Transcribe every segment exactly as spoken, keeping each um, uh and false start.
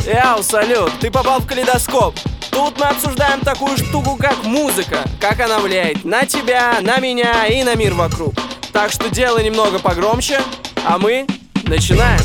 Яу, салют, ты попал в калейдоскоп. Тут мы обсуждаем такую штуку, как музыка. Как она влияет на тебя, на меня и на мир вокруг. Так что делай немного погромче, а мы начинаем.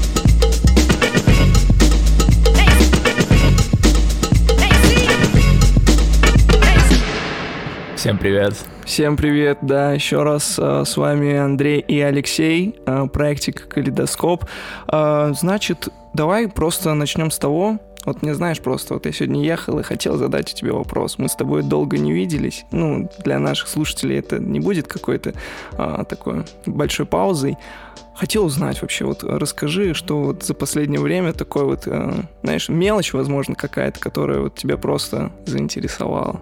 Всем привет. Всем привет, да, еще раз а, с вами Андрей и Алексей, а, проектик «Калейдоскоп». А, значит, давай просто начнем с того, вот не знаешь, просто вот я сегодня ехал и хотел задать тебе вопрос. Мы с тобой долго не виделись, ну, для наших слушателей это не будет какой-то а, такой большой паузой. Хотел узнать вообще, вот расскажи, что вот за последнее время такое вот, а, знаешь, мелочь, возможно, какая-то, которая вот тебя просто заинтересовала.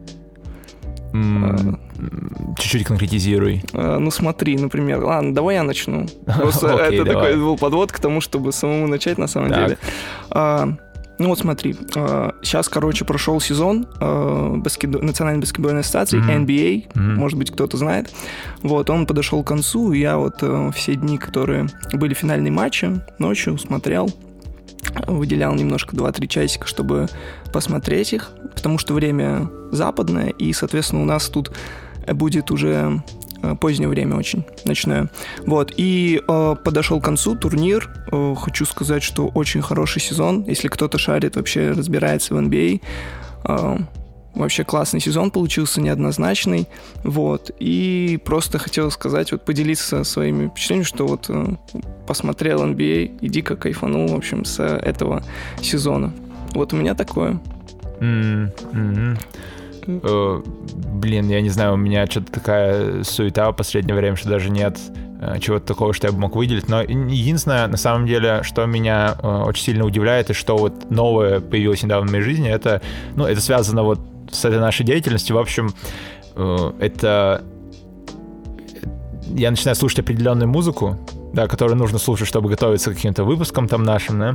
Mm, чуть-чуть конкретизируй. Uh, ну смотри, например, ладно, давай я начну. Просто okay, это давай. Такой был подвод к тому, чтобы самому начать на самом так. деле. Uh, ну вот смотри, uh, сейчас, короче, прошел сезон uh, баскет... Национальной баскетбольной ассоциации, mm-hmm. эн би эй, mm-hmm. может быть, кто-то знает. Вот, он подошел к концу, и я вот uh, все дни, которые были финальные матчи, ночью смотрел, выделял немножко два-три часика, чтобы посмотреть их, потому что время западное, и, соответственно, у нас тут будет уже позднее время очень, ночное. Вот, и э, подошел к концу турнир. Э, хочу сказать, что очень хороший сезон. Если кто-то шарит, вообще разбирается в эн би эй, э, вообще классный сезон получился, неоднозначный. Вот, и просто хотел сказать, вот поделиться своими впечатлениями, что вот э, посмотрел эн би эй и дико кайфанул, в общем, с этого сезона. Вот у меня такое. Mm-hmm. Uh, блин, я не знаю, у меня что-то такая суета в последнее время, что даже нет uh, чего-то такого, что я бы мог выделить. Но единственное, на самом деле, что меня uh, очень сильно удивляет, и что вот новое появилось недавно в моей жизни, это, ну, это связано вот с этой нашей деятельностью. В общем, uh, это... Я начинаю слушать определенную музыку, да, которую нужно слушать, чтобы готовиться к каким-то выпускам там нашим, да,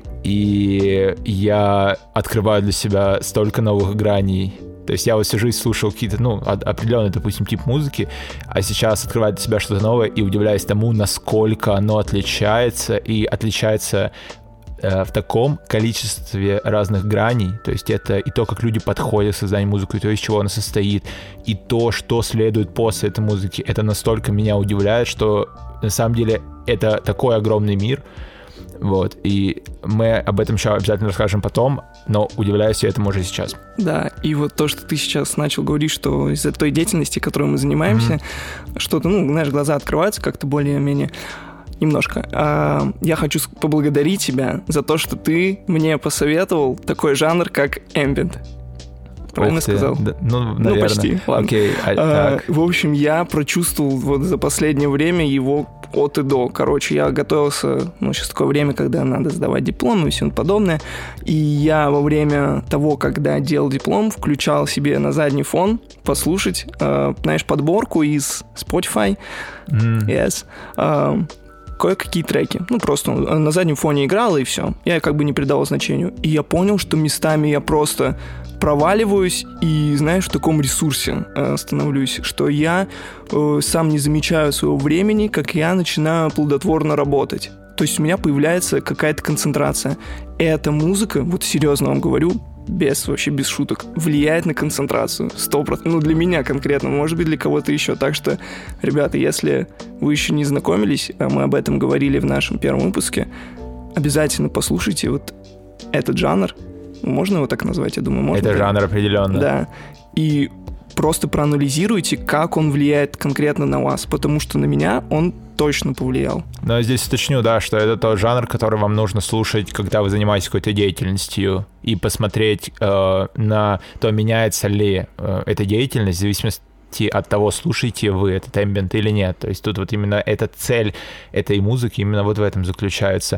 и я открываю для себя столько новых граней. То есть я вот всю жизнь слушал какие-то, ну, определенный, допустим, тип музыки, а сейчас открываю для себя что-то новое и удивляюсь тому, насколько оно отличается, и отличается э, в таком количестве разных граней. То есть это и то, как люди подходят к созданию музыки, и то, из чего она состоит, и то, что следует после этой музыки. Это настолько меня удивляет, что на самом деле это такой огромный мир. Вот, и мы об этом еще обязательно расскажем потом, но удивляюсь я этому уже сейчас. Да, и вот то, что ты сейчас начал говорить, что из-за той деятельности, которой мы занимаемся, mm-hmm. что-то, ну, знаешь, глаза открываются как-то более-менее немножко. А, я хочу поблагодарить тебя за то, что ты мне посоветовал такой жанр, как ambient. Правильно сказал? Да, ну, наверное. Ну, почти, ладно. Okay, а, а, в общем, я прочувствовал вот за последнее время его от и до. Короче, я готовился, ну, сейчас такое время, когда надо сдавать диплом и все подобное, и я во время того, когда делал диплом, включал себе на задний фон послушать, э, знаешь, подборку из Spotify, mm. yes, э, кое-какие треки. Ну, просто на заднем фоне играл, и все. Я как бы не придал значению. И я понял, что местами я просто проваливаюсь и, знаешь, в таком ресурсе э, становлюсь, что я э, сам не замечаю своего времени, как я начинаю плодотворно работать. То есть у меня появляется какая-то концентрация. Эта музыка, вот серьезно вам говорю, без, вообще без шуток, влияет на концентрацию. Сто процентов. Ну, для меня конкретно, может быть, для кого-то еще. Так что, ребята, если вы еще не знакомились, а мы об этом говорили в нашем первом выпуске, обязательно послушайте вот этот жанр. Можно его так назвать, я думаю, можно. Это жанр определенно. Да. И просто проанализируйте, как он влияет конкретно на вас, потому что на меня он точно повлиял. Но здесь уточню, да, что это тот жанр, который вам нужно слушать, когда вы занимаетесь какой-то деятельностью, и посмотреть э, на то, меняется ли э, эта деятельность в зависимости от того, слушаете вы этот эмбиент или нет. То есть тут вот именно эта цель этой музыки именно вот в этом заключается.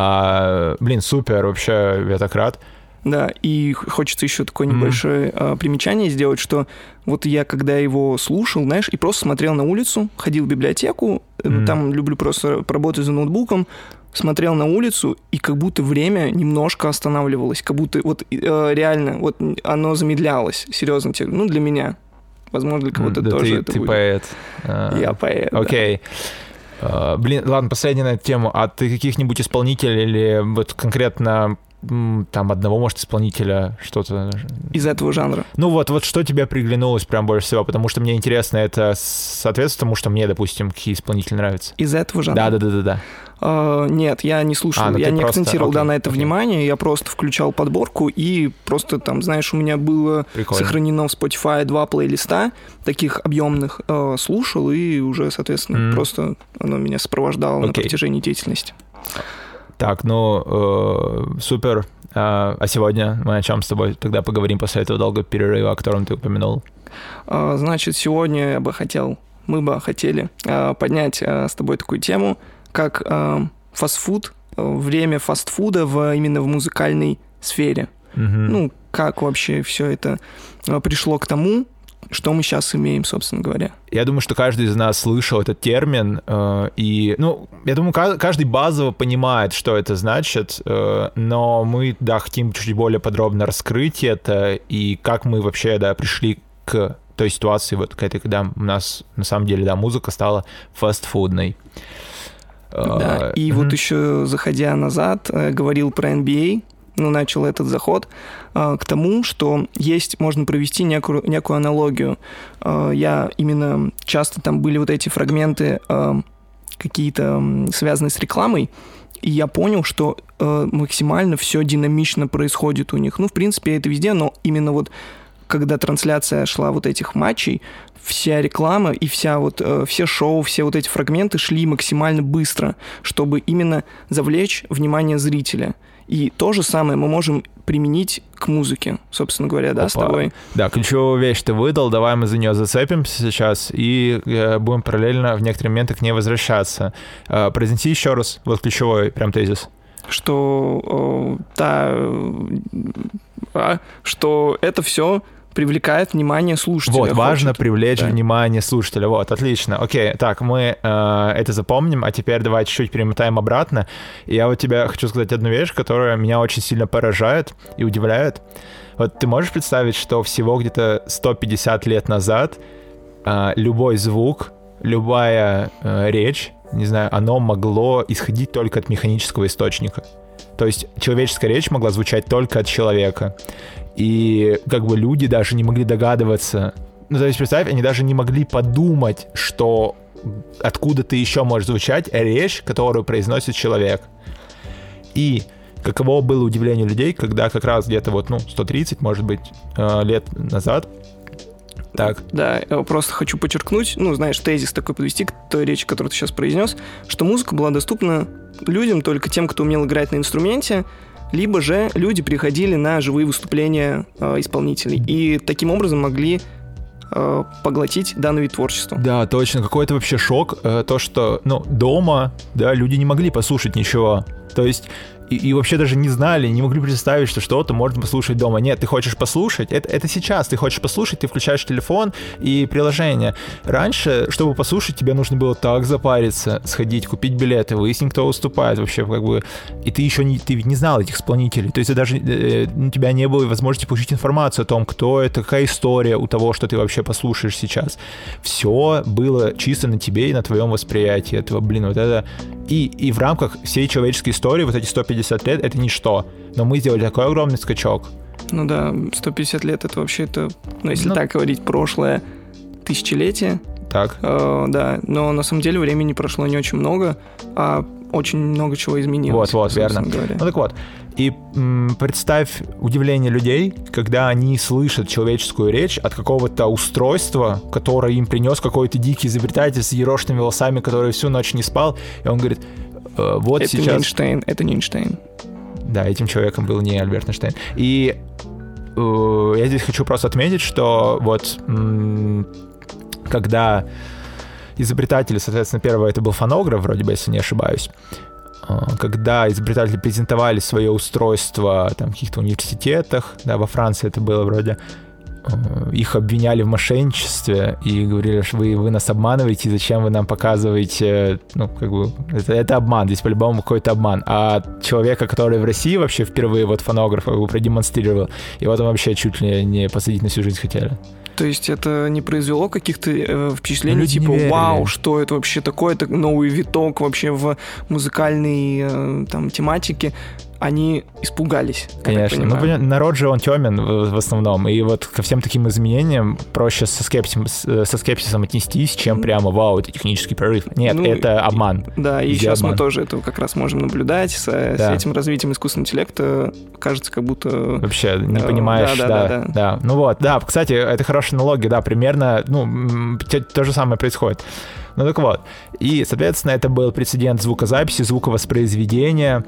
А, блин, супер, вообще, я так рад. Да, и хочется еще такое небольшое mm. а, примечание сделать, что вот я, когда его слушал, знаешь, и просто смотрел на улицу, ходил в библиотеку, mm. там люблю просто поработать за ноутбуком, смотрел на улицу, и как будто время немножко останавливалось, как будто вот э, реально вот оно замедлялось, серьезно, ну, для меня. Возможно, для кого-то да тоже ты, это ты будет. поэт. Я поэт, Окей. Okay. Uh, блин, ладно, последняя на эту тему. А ты каких-нибудь исполнителей или вот конкретно там одного, может, исполнителя, что-то... Из этого жанра? Ну вот, вот что тебе приглянулось прям больше всего? Потому что мне интересно, это соответствует тому, что мне, допустим, какие исполнители нравятся. Из этого жанра? Да-да-да-да-да. Uh, нет, я не слушал, а, ну я не просто... акцентировал okay, да, на это okay. внимание, я просто включал подборку и просто там, знаешь, у меня было Прикольно. Сохранено в Spotify два плейлиста таких объемных, uh, слушал и уже, соответственно, mm. просто оно меня сопровождало okay. на протяжении деятельности. Так, ну, э, супер. А, а сегодня мы о чем с тобой тогда поговорим после этого долгого перерыва, о котором ты упомянул? Uh, значит, сегодня я бы хотел, мы бы хотели uh, поднять uh, с тобой такую тему, как э, фастфуд, время фастфуда в, именно в музыкальной сфере. Mm-hmm. Ну, как вообще все это э, пришло к тому, что мы сейчас имеем, собственно говоря. Я думаю, что каждый из нас слышал этот термин, э, и, ну, я думаю, каждый базово понимает, что это значит, э, но мы, да, хотим чуть более подробно раскрыть это, и как мы вообще, да, пришли к той ситуации, вот к этой, когда у нас, на самом деле, да, музыка стала фастфудной. Да, и mm-hmm. вот еще заходя назад, говорил про эн би эй, ну, начал этот заход к тому, что есть, можно провести некую, некую аналогию. Я именно, часто там были вот эти фрагменты какие-то связанные с рекламой, и я понял, что максимально все динамично происходит у них. Ну, в принципе, это везде, но именно вот когда трансляция шла вот этих матчей, вся реклама и вся вот, э, все шоу, все вот эти фрагменты шли максимально быстро, чтобы именно завлечь внимание зрителя. И то же самое мы можем применить к музыке, собственно говоря, да, Опа. С тобой. Да, ключевую вещь ты выдал, давай мы за нее зацепимся сейчас и э, будем параллельно в некоторые моменты к ней возвращаться. Э, произнеси еще раз вот ключевой прям тезис. Что, э, та, э, что это все привлекает внимание слушателя. Вот, важно хочет. привлечь да. внимание слушателя. Вот, отлично. Окей, так, мы э, это запомним, а теперь давай чуть-чуть перемотаем обратно. И я вот тебе хочу сказать одну вещь, которая меня очень сильно поражает и удивляет. Вот ты можешь представить, что всего где-то сто пятьдесят лет назад э, любой звук, любая э, речь, не знаю, оно могло исходить только от механического источника. То есть человеческая речь могла звучать только от человека. И как бы люди даже не могли догадываться. Ну, то есть, представь, они даже не могли подумать, что откуда-то еще может звучать речь, которую произносит человек. И каково было удивление людей, когда как раз где-то вот, ну, сто тридцать, может быть, лет назад. Так. Да, я просто хочу подчеркнуть, ну, знаешь, тезис такой подвести к той речи, которую ты сейчас произнес, что музыка была доступна людям, только тем, кто умел играть на инструменте, либо же люди приходили на живые выступления э, исполнителей и таким образом могли э, поглотить данный вид творчества. Да, точно. Какой-то вообще шок. Э, то, что, ну, дома, да, люди не могли послушать ничего. То есть и, и вообще даже не знали, не могли представить, что что-то можно послушать дома. Нет, ты хочешь послушать, это, это сейчас ты хочешь послушать, ты включаешь телефон и приложение. Раньше, чтобы послушать, тебе нужно было так запариться, сходить, купить билеты, выяснить, кто выступает вообще, как бы, и ты еще не, ты ведь не знал этих исполнителей, то есть даже э, у тебя не было возможности получить информацию о том, кто это, какая история у того, что ты вообще послушаешь сейчас. Все было чисто на тебе и на твоем восприятии этого, блин, вот это. И, и в рамках всей человеческой истории вот эти сто пятьдесят лет — это ничто. Но мы сделали такой огромный скачок. Ну да, сто пятьдесят лет — это вообще-то, ну если ну, так говорить, прошлое тысячелетие. Так. Э, да, но на самом деле времени прошло не очень много, а очень много чего изменилось. Вот, вот, верно. Говоря. Ну так вот, и м, представь удивление людей, когда они слышат человеческую речь от какого-то устройства, которое им принес какой-то дикий изобретатель с ерошными волосами, который всю ночь не спал, и он говорит, э, вот это сейчас... Не Эйнштейн, это не Эйнштейн. Да, этим человеком был не Альберт Эйнштейн. И э, я здесь хочу просто отметить, что вот м, когда... изобретатели, соответственно, первое это был фонограф, вроде бы, если не ошибаюсь. Когда изобретатели презентовали свое устройство там, в каких-то университетах, да, во Франции это было вроде, их обвиняли в мошенничестве и говорили, что вы, вы нас обманываете, зачем вы нам показываете, ну, как бы, это, это обман, здесь по-любому какой-то обман. А человека, который в России вообще впервые вот фонограф как бы продемонстрировал, его там вообще чуть ли не посадить на всю жизнь хотели. То есть это не произвело каких-то э, впечатлений, Люди типа, не верили. вау, что это вообще такое, это новый виток вообще в музыкальной э, там тематике. Они испугались. я так Конечно. Ну, понимаю. народ же он темен в, в основном. И вот ко всем таким изменениям проще со скепсисом, со скепсисом отнестись, чем прямо вау, это технический прорыв. Нет, Ну, это обман. Да, и Везде сейчас обман. мы тоже это как раз можем наблюдать. С, с Да. этим развитием искусственного интеллекта кажется, как будто... Вообще не Э, понимаешь, да, да, да, да, да, да. Ну вот, да, кстати, это хорошая аналогия, да, примерно, ну, м, те- то же самое происходит. Ну так вот, и, соответственно, это был прецедент звукозаписи, звуковоспроизведения,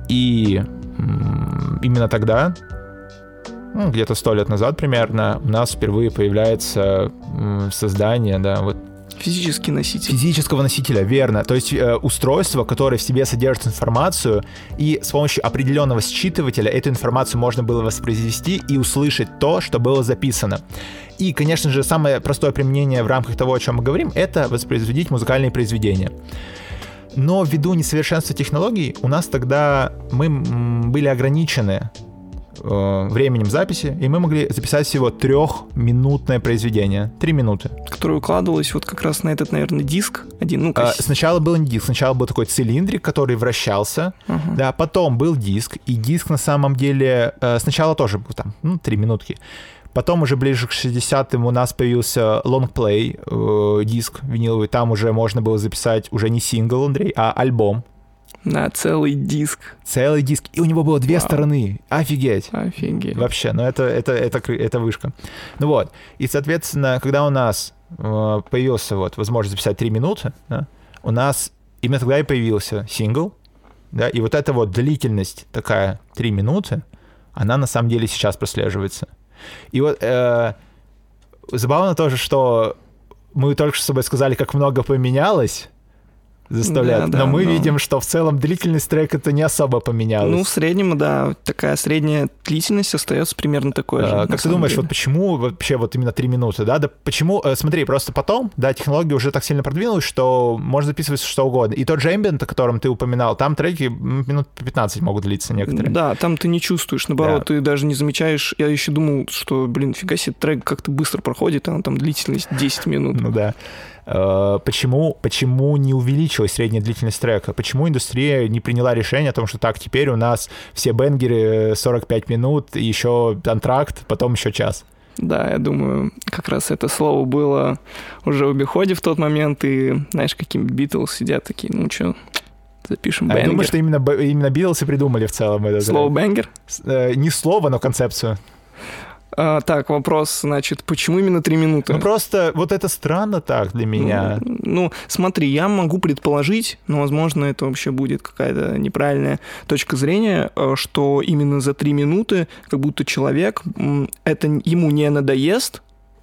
и м, именно тогда, ну, где-то сто лет назад примерно, у нас впервые появляется м, создание, да, вот Физический носитель. физического носителя, верно. То есть э, устройство, которое в себе содержит информацию, и с помощью определенного считывателя эту информацию можно было воспроизвести и услышать то, что было записано. И, конечно же, самое простое применение в рамках того, о чем мы говорим, это воспроизводить музыкальные произведения. Но ввиду несовершенства технологий у нас тогда мы м, были ограничены э, временем записи, и мы могли записать всего трехминутное произведение. Три минуты. Которая укладывалась вот как раз на этот, наверное, диск один. Ну, А, кассет. Сначала был не диск, сначала был такой цилиндрик, который вращался, Ага. да, потом был диск, и диск на самом деле э, сначала тоже был там, ну, три минутки. Потом уже ближе к шестидесятым у нас появился лонгплей, э, диск виниловый, там уже можно было записать уже не сингл, Андрей, а альбом, На целый диск. целый диск, и у него было две Вау. стороны, офигеть. Офигеть. Вообще, ну это, это, это, кры- это вышка. Ну вот, и, соответственно, когда у нас э, появился вот возможность записать три минуты, да, у нас именно тогда и появился сингл, да, и вот эта вот длительность такая, три минуты, она на самом деле сейчас прослеживается. И вот э, забавно тоже, что мы только что с тобой сказали, как много поменялось за сто Да, лет, да, но мы но- видим, что в целом длительность трека-то не особо поменялась. Ну, в среднем, да, такая средняя длительность остается примерно такой же. А, на Как ты самом думаешь, деле. вот почему вообще вот именно три минуты, да? Да почему, э, смотри, просто потом, да, технология уже так сильно продвинулась, что можно записывать что угодно. И тот же ambient, о котором ты упоминал, там треки м, минут по пятнадцать могут длиться некоторые. Да, там ты не чувствуешь, наоборот, Да. ты даже не замечаешь. Я еще думал, что, блин, фига себе, трек как-то быстро проходит, а там длительность десять минут. Ну да. Э, Почему, почему не увеличилась средняя длительность трека? Почему индустрия не приняла решение о том, что так, теперь у нас все бенгеры сорок пять минут, и еще антракт, потом еще час? Да, я думаю, как раз это слово было уже в обиходе в тот момент, и, знаешь, какие-нибудь Битлз сидят такие, ну что, запишем А я бенгер. думаю, что именно, Б- именно Битлз и придумали в целом это. Слово бенгер? Не слово, но концепцию. А, так, вопрос, значит, почему именно три минуты? Ну просто вот это странно так для меня. Ну, ну, смотри, я могу предположить, но, возможно, это вообще будет какая-то неправильная точка зрения, э, что именно за три минуты как будто человек, м, это ему не надоест,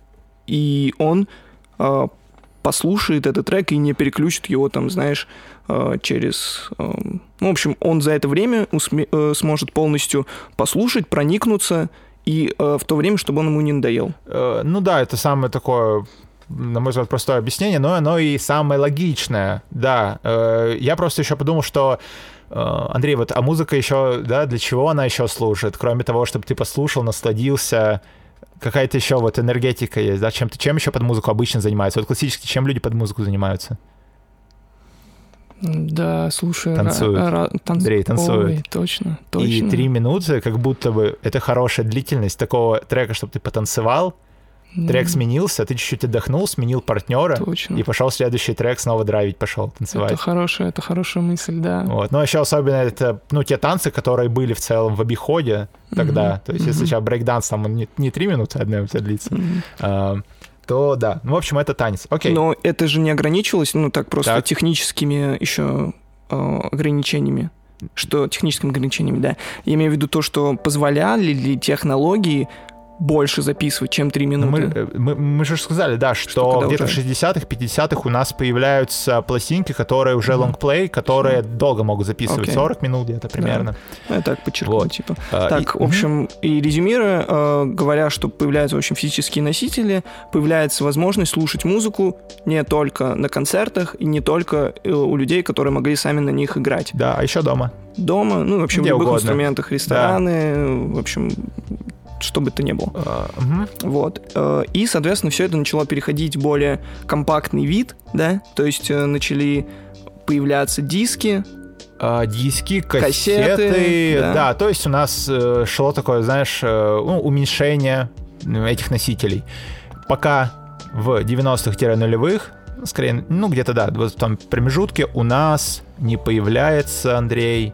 и он э, послушает этот трек и не переключит его, там, знаешь, э, через... э, ну, в общем, он за это время усме- э, сможет полностью послушать, проникнуться, и э, в то время, чтобы он ему не надоел. Э, Ну да, это самое такое, на мой взгляд, простое объяснение, но оно и самое логичное. Да, Э, я просто еще подумал, что э, Андрей, вот, а музыка еще, да, для чего она еще служит? Кроме того, чтобы ты послушал, насладился, какая-то еще вот энергетика есть, да? Чем, чем еще под музыку обычно занимаются? Вот классически, чем люди под музыку занимаются? Да, слушай, Танцуют. ра- ра- танц- Андрей, танцуют. Ой, точно, точно. И три минуты, как будто бы это хорошая длительность такого трека, чтобы ты потанцевал, М, трек сменился, ты чуть-чуть отдохнул, сменил партнера, Точно. и пошел следующий трек, снова драйвить пошел, танцевать. Это хорошая, это хорошая мысль, да. Вот. Но еще особенно это, ну, те танцы, которые были в целом в обиходе тогда. Мгм, То есть, если мгм. сейчас брейкданс, там он не, не три минуты одна у тебя длится, Мгм. а, то да. Ну, в общем, это танец. Окей. Но это же не ограничивалось, ну так просто Так. техническими еще э, ограничениями. Что техническими ограничениями, да. Я имею в виду то, что позволяли ли технологии больше записывать, чем три Ну, мы, минуты. э, мы, мы же сказали, да, что, Что когда где-то уже? в шестидесятых, пятидесятых у нас появляются пластинки, которые уже Мгм. лонгплей, которые долго могут записывать, Окей. сорок минут где-то примерно. Я так подчеркну, Вот. типа. А, Так, и- в общем, и резюмируя, э, говоря, что появляются, в общем, физические носители, появляется возможность слушать музыку не только на концертах и не только э, у людей, которые могли сами на них играть. Да, а еще дома. Дома, ну, вообще Где в любых угодно. инструментах, рестораны, в общем, что бы то ни было. Uh, угу. Вот. И, соответственно, все это начало переходить в более компактный вид, да, то есть начали появляться диски, Uh, диски, кассеты, кассеты да. да, то есть у нас uh, шло такое, знаешь, uh, ну, уменьшение этих носителей. Пока в девяностых-нулевых, скорее, ну где-то, да, в этом промежутке у нас не появляется, Андрей,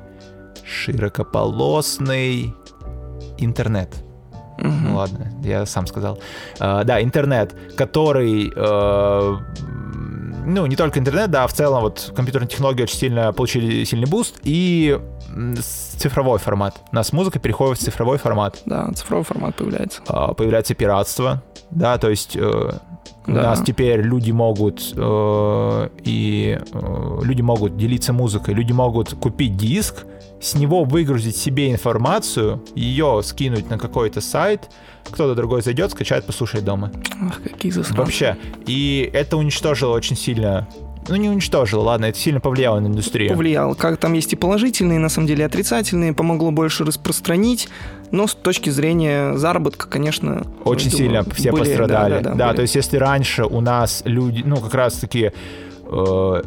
широкополосный интернет. Угу. Ну ладно, я сам сказал. Uh, да, интернет, который... Uh, ну, не только интернет, да, а в целом вот компьютерные технологии очень сильно получили сильный буст, и цифровой формат. У нас музыка переходит в цифровой формат. Да, цифровой формат появляется. Появляется пиратство, да, то есть э, у да. нас теперь люди могут э, и э, люди могут делиться музыкой, люди могут купить диск, с него выгрузить себе информацию, ее скинуть на какой-то сайт, кто-то другой зайдет, скачает, послушает дома. Ах, какие засранцы. Вообще. И это уничтожило очень сильно... Ну, не уничтожило, ладно, это сильно повлияло на индустрию. Повлияло. Как там есть и положительные, на самом деле, и отрицательные, помогло больше распространить, но с точки зрения заработка, конечно... Очень сильно думаю, все были, пострадали. Да, да, да, да были. То есть если раньше у нас люди, ну, как раз-таки... Э-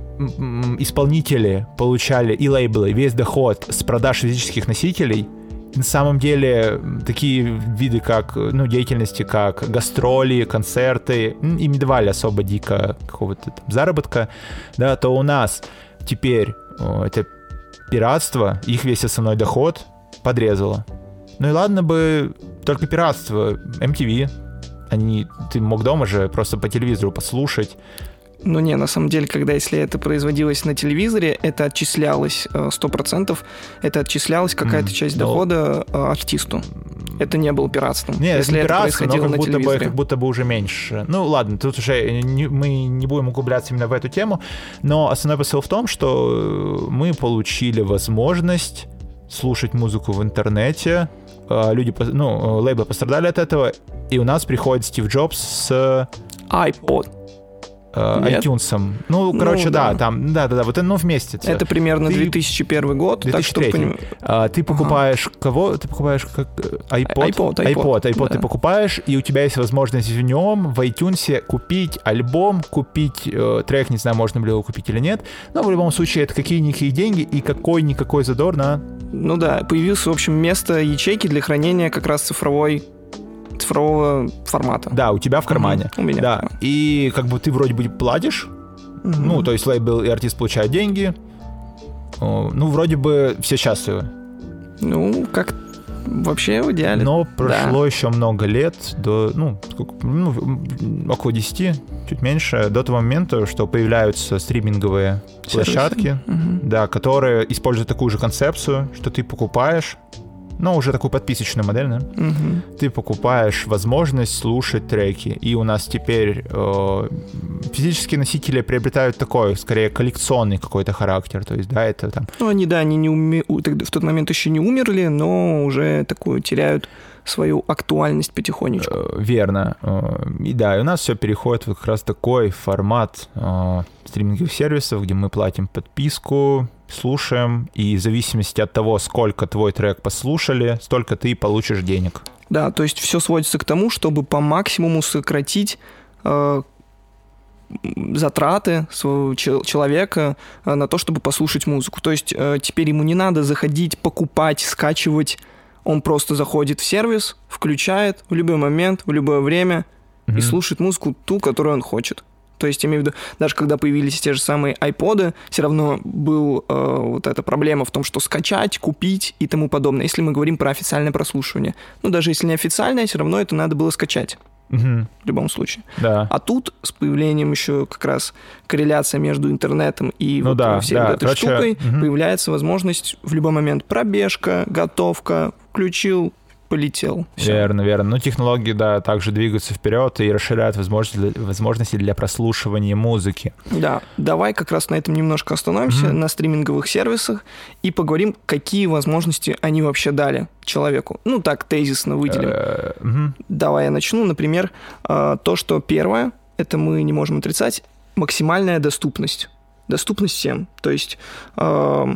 исполнители получали и лейблы весь доход с продаж физических носителей, на самом деле такие виды как, ну, деятельности, как гастроли, концерты, им не давали особо дико какого-то там заработка, да, то у нас теперь о, это пиратство, их весь основной доход подрезало. Ну и ладно бы только пиратство, эм ти ви, они, ты мог дома же просто по телевизору послушать. Ну не, на самом деле, когда если это производилось на телевизоре, это отчислялось сто процентов, это отчислялась какая-то mm, часть но... дохода артисту. Это не было пиратством. Нет, если это пиратство, но как на будто, бы, как будто бы уже меньше. Ну ладно, тут уже не, мы не будем углубляться именно в эту тему, но основной посыл в том, что мы получили возможность слушать музыку в интернете, люди, ну, лейблы пострадали от этого, и у нас приходит Стив Джобс с... iPod. iTunes. Ну, короче, ну, да, да, там, да-да-да, вот оно вместе. Это примерно ты... две тысячи первый год. две тысячи третий. Так, чтобы... а, ты покупаешь ага. кого? Ты покупаешь как iPod? iPod, iPod, iPod, iPod да. Ты покупаешь, и у тебя есть возможность в нем, в iTunes, купить альбом, купить э, трек, не знаю, можно ли его купить или нет, но в любом случае это какие-никакие деньги и какой-никакой задор на... Ну да, появилось, в общем, место ячейки для хранения как раз цифровой цифрового формата. Да, у тебя в кармане. Угу, у меня. Да. И как бы ты вроде бы платишь, угу. ну, то есть лейбл и артист получают деньги, ну, вроде бы все счастливы. Ну, как вообще в идеале. Но прошло да. еще много лет, до, ну, сколько, ну, около десяти, чуть меньше, до того момента, что появляются стриминговые сервисы. Площадки, угу. да, которые используют такую же концепцию, что ты покупаешь, ну, уже такую подписочную модель, да? Угу. Ты покупаешь возможность слушать треки. И у нас теперь э, физические носители приобретают такой, скорее, коллекционный какой-то характер. То есть, да, это там... Ну, они, да, они не уме... в тот момент еще не умерли, но уже такую теряют свою актуальность потихонечку. Э, верно. Э, и да, и у нас все переходит в как раз такой формат э, стриминговых сервисов, где мы платим подписку, слушаем, и в зависимости от того, сколько твой трек послушали, столько ты получишь денег. Да, то есть все сводится к тому, чтобы по максимуму сократить э, затраты своего человека э, на то, чтобы послушать музыку. То есть э, теперь ему не надо заходить, покупать, скачивать. Он просто заходит в сервис, включает в любой момент, в любое время mm-hmm. и слушает музыку ту, которую он хочет. То есть, имею в виду, даже когда появились те же самые айподы, все равно была э, вот эта проблема в том, что скачать, купить и тому подобное, если мы говорим про официальное прослушивание. Ну, даже если не официальное, все равно это надо было скачать. Угу. В любом случае. Да. А тут с появлением еще как раз корреляция между интернетом и ну вот да, всей да. вот этой Короче, штукой, угу. появляется возможность в любой момент пробежка, готовка, включил, полетел. Всё. Верно, верно. Ну, технологии, да, также двигаются вперед и расширяют возможности, возможности для прослушивания музыки. Да, давай как раз на этом немножко остановимся, mm-hmm. на стриминговых сервисах, и поговорим, какие возможности они вообще дали человеку. Ну, так, тезисно выделим. Mm-hmm. Давай я начну. Например, то, что первое, это мы не можем отрицать, максимальная доступность. Доступность всем. То есть...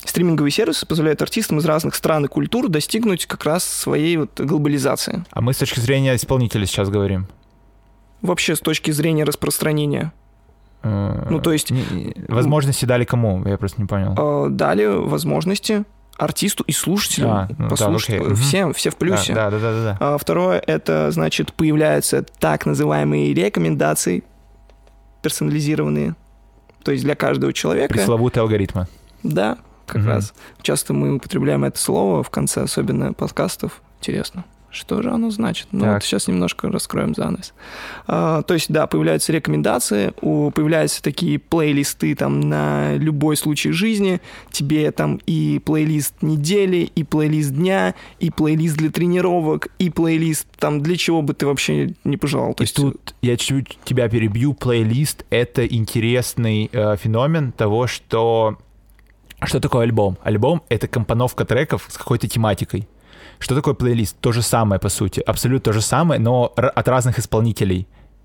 стриминговые сервисы позволяют артистам из разных стран и культур достигнуть как раз своей вот глобализации. А мы с точки зрения исполнителя сейчас говорим. Вообще с точки зрения распространения. Ну, то есть... Возможности дали кому? Я просто не понял. Дали возможности артисту и слушателю а, ну, послушать. Да, все, все в плюсе. Да, да, да, да, да. Второе, это, значит, появляются так называемые рекомендации персонализированные. То есть для каждого человека. Пресловутые алгоритмы. Да, как угу. раз. Часто мы употребляем это слово в конце, особенно подкастов. Интересно. Что же оно значит? Ну, вот сейчас немножко раскроем занавес. А, то есть, да, появляются рекомендации, у, появляются такие плейлисты там на любой случай жизни. Тебе там и плейлист недели, и плейлист дня, и плейлист для тренировок, и плейлист там для чего бы ты вообще не пожелал. То есть тут я чуть-чуть тебя перебью. Плейлист — это интересный э, феномен того, что... Что такое альбом? Альбом — это компоновка треков с какой-то тематикой. Что такое плейлист? То же самое, по сути. Абсолютно то же самое, но р- от разных исполнителей.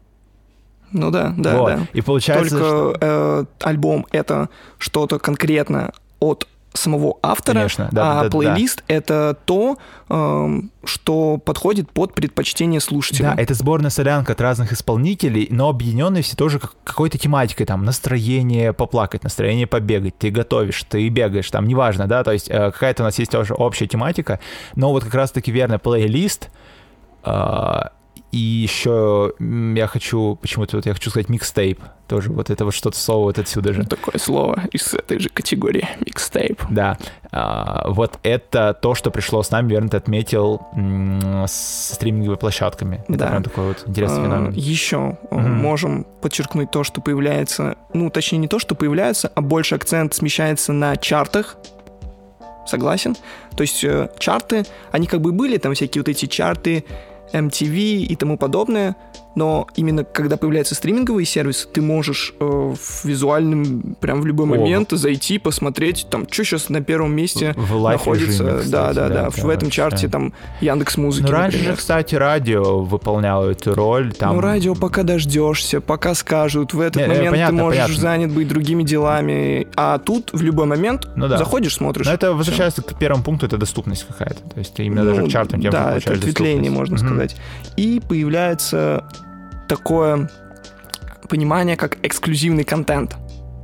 Ну да, да, вот. да. И получается, Только что... э, альбом — это что-то конкретно от самого автора, Конечно, да, а да, плейлист да. — это то, э, что подходит под предпочтение слушателя. Да, это сборная солянка от разных исполнителей, но объединенные все тоже какой-то тематикой, там, настроение поплакать, настроение побегать, ты готовишь, ты бегаешь, там, неважно, да, то есть э, какая-то у нас есть тоже общая тематика, но вот как раз-таки верно, плейлист, э, и еще я хочу, почему-то вот я хочу сказать микстейп, тоже вот это вот что-то слово вот отсюда же. Такое слово из этой же категории, микстейп. Да, а, вот это то, что пришло с нами, верно, ты отметил м- с стриминговыми площадками. Это да. прям такой вот интересный феномен. А, еще mm-hmm. можем подчеркнуть то, что появляется, ну, точнее, не то, что появляется, а больше акцент смещается на чартах. Согласен? То есть э, чарты, они как бы были, там всякие вот эти чарты, эм ти ви и тому подобное, но именно когда появляются стриминговые сервисы, ты можешь э, в визуальном, прям в любой момент О. зайти, посмотреть, там, что сейчас на первом месте в находится. Режиме, кстати, да, да, да, да, в этом вообще. чарте там Яндекс.Музыки. Ну, раньше например. же, кстати, радио выполняло эту роль. Там... Ну, радио пока дождешься, пока скажут, в этот Не, момент понятно, ты можешь понятно. занят быть другими делами, а тут в любой момент ну, да. заходишь, смотришь. Но это возвращается к первому пункту, это доступность какая-то. То есть именно ну, даже к чартам тем, да, это ответвление, можно mm-hmm. сказать. И появляется такое понимание, как эксклюзивный контент.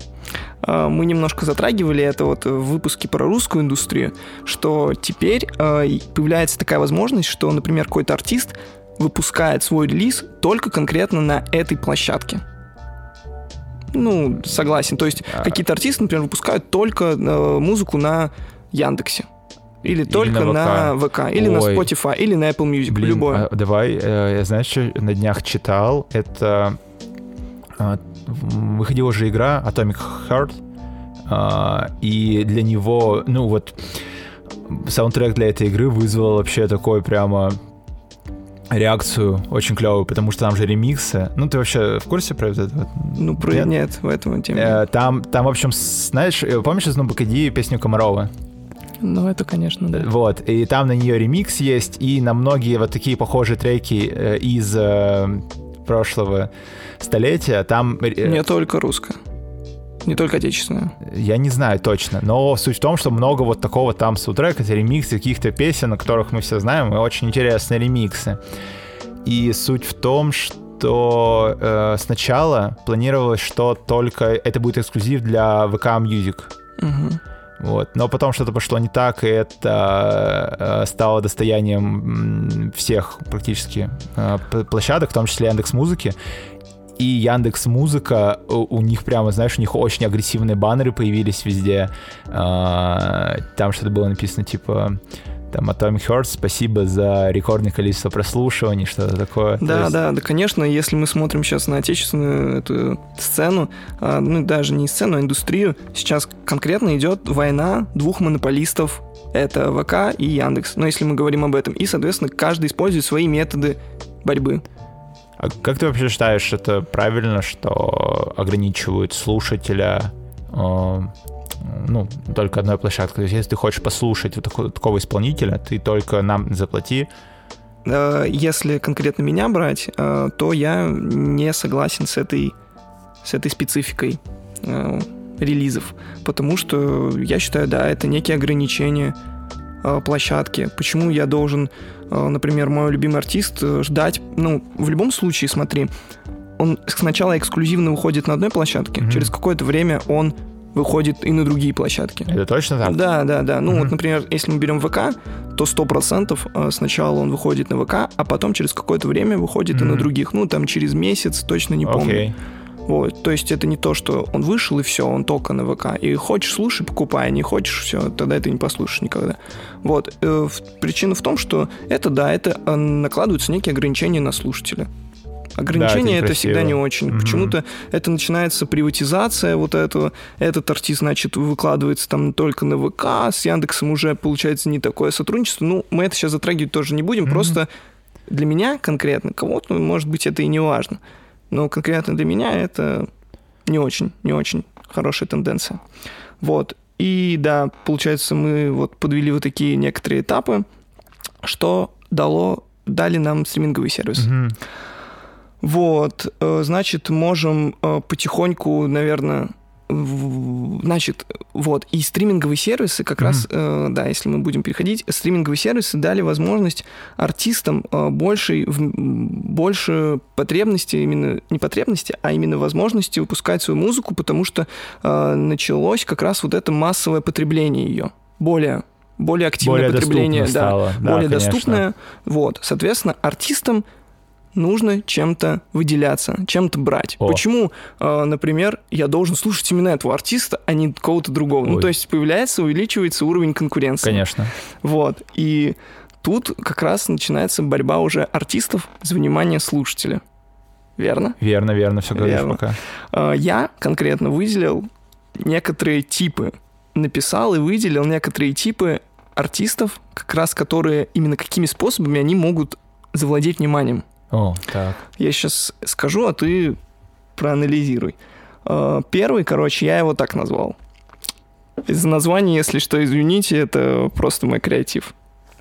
Мы немножко затрагивали это вот в выпуске про русскую индустрию, что теперь появляется такая возможность, что, например, какой-то артист выпускает свой релиз только конкретно на этой площадке. Ну, согласен. То есть а... какие-то артисты, например, выпускают только музыку на Яндексе. Или, или только на ВК, или Ой. на Spotify, или на Apple Music, Блин, любое. А, давай, э, я знаешь, что на днях читал? Это э, выходила уже игра Atomic Heart, э, и для него, ну вот, саундтрек для этой игры вызвал вообще такой прямо реакцию очень клевую, потому что там же ремиксы. Ну, ты вообще в курсе про это? Ну, про... нет, нет в этом теме. Э, там, там, в общем, знаешь, помнишь из «Ну, погоди» песню Комарова? Ну, это, конечно, да. Вот, и там на нее ремикс есть, и на многие вот такие похожие треки э, из э, прошлого столетия, там... Э, не только русская, не только отечественная. Я не знаю точно, но суть в том, что много вот такого там саундтрека, это ремиксы каких-то песен, о которых мы все знаем, и очень интересные ремиксы. И суть в том, что э, сначала планировалось, что только это будет эксклюзив для ви кей Music. Угу. Вот. Но потом что-то пошло не так, и это э, стало достоянием всех практически э, площадок, в том числе Яндекс.Музыки. И Яндекс.Музыка, у, у них прямо, знаешь, у них очень агрессивные баннеры появились везде. Э, там что-то было написано, типа... Там Atomic Heart, спасибо за рекордное количество прослушиваний, что-то такое. Да, есть... да, да, конечно, если мы смотрим сейчас на отечественную эту сцену, ну даже не сцену, а индустрию, сейчас конкретно идет война двух монополистов, это ВК и Яндекс, но если мы говорим об этом, и, соответственно, каждый использует свои методы борьбы. А как ты вообще считаешь, это правильно, что ограничивают слушателя... Э... ну, только одной площадкой. То есть, если ты хочешь послушать вот такого, такого исполнителя, ты только нам заплати. Если конкретно меня брать, то я не согласен с этой, с этой спецификой. релизов, потому что я считаю, да, это некие ограничения э, площадки. Почему я должен, э, например, мой любимый артист ждать, ну, в любом случае, смотри, он сначала эксклюзивно выходит на одной площадке, mm-hmm. через какое-то время он выходит и на другие площадки. Это точно так? Да, да, да. Ну, mm-hmm. вот, например, если мы берем ВК, то сто процентов сначала он выходит на ВК, а потом через какое-то время выходит mm-hmm. и на других. Ну, там через месяц, точно не помню. Okay. Вот. То есть это не то, что он вышел и все, он только на ВК. И хочешь, слушай, покупай, не хочешь, все, тогда это не послушаешь никогда. Вот. Причина в том, что это, да, это накладываются некие ограничения на слушателя. Ограничения да, это, это всегда не очень. Mm-hmm. Почему-то это начинается приватизация вот этого. Этот артист, значит, выкладывается там только на ВК, с Яндексом уже получается не такое сотрудничество. Ну, мы это сейчас затрагивать тоже не будем, mm-hmm. просто для меня конкретно, кого-то, может быть, это и не важно, но конкретно для меня это не очень, не очень хорошая тенденция. Вот. И да, получается, мы вот подвели вот такие некоторые этапы, что дало, дали нам стриминговый сервис. Mm-hmm. Вот, значит, можем потихоньку, наверное, значит, вот, и стриминговые сервисы как mm-hmm. раз, да, если мы будем переходить, стриминговые сервисы дали возможность артистам больше, больше потребности, именно не потребности, а именно возможности выпускать свою музыку, потому что началось как раз вот это массовое потребление ее, более, более активное более потребление, да, стало. Да, более конечно. доступное, вот, соответственно, артистам нужно чем-то выделяться, чем-то брать. О. Почему, э, например, я должен слушать именно этого артиста, а не кого-то другого? Ой. Ну, то есть появляется, увеличивается уровень конкуренции. Конечно. Вот. И тут как раз начинается борьба уже артистов за внимание слушателя. Верно? Верно, верно, все говоришь верно. пока. Э, я конкретно выделил некоторые типы, написал и выделил некоторые типы артистов, как раз которые, именно какими способами они могут завладеть вниманием. О, так. Я сейчас скажу, а ты проанализируй. Первый, короче, я его так назвал. Из названия, если что, извините, это просто мой креатив.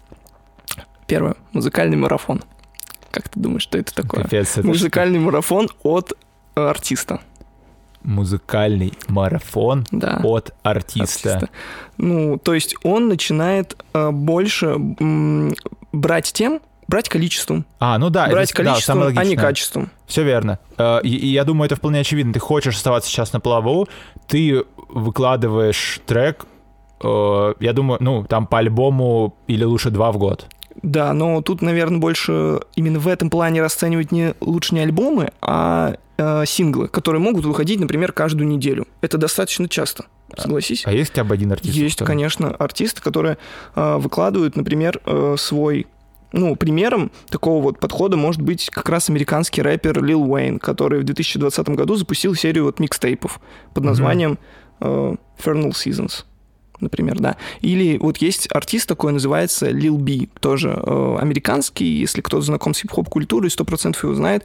Первое. Музыкальный марафон. Как ты думаешь, что это такое? Капец, это Музыкальный что? марафон от артиста. Музыкальный марафон да. от артиста. артиста. Ну, то есть он начинает э, больше м, брать тем, брать количеством. А, ну да. Брать это, количеством, да, а не качеством. Все верно. И, и я думаю, это вполне очевидно. Ты хочешь оставаться сейчас на плаву, ты выкладываешь трек, э, я думаю, ну, там по альбому или лучше два в год. Да, но тут, наверное, больше именно в этом плане расценивать не, лучше не альбомы, а э, синглы, которые могут выходить, например, каждую неделю. Это достаточно часто, согласись. А, а есть хотя бы один артист? Есть, конечно, артисты, которые э, выкладывают, например, э, свой... Ну, примером такого вот подхода может быть как раз американский рэпер Лил Уэйн, который в две тысячи двадцатом году запустил серию вот микстейпов под названием mm-hmm. э, Infernal Seasons, например, да. Или вот есть артист такой, называется Lil B, тоже э, американский, если кто-то знаком с хип-хоп-культурой, сто процентов его знает.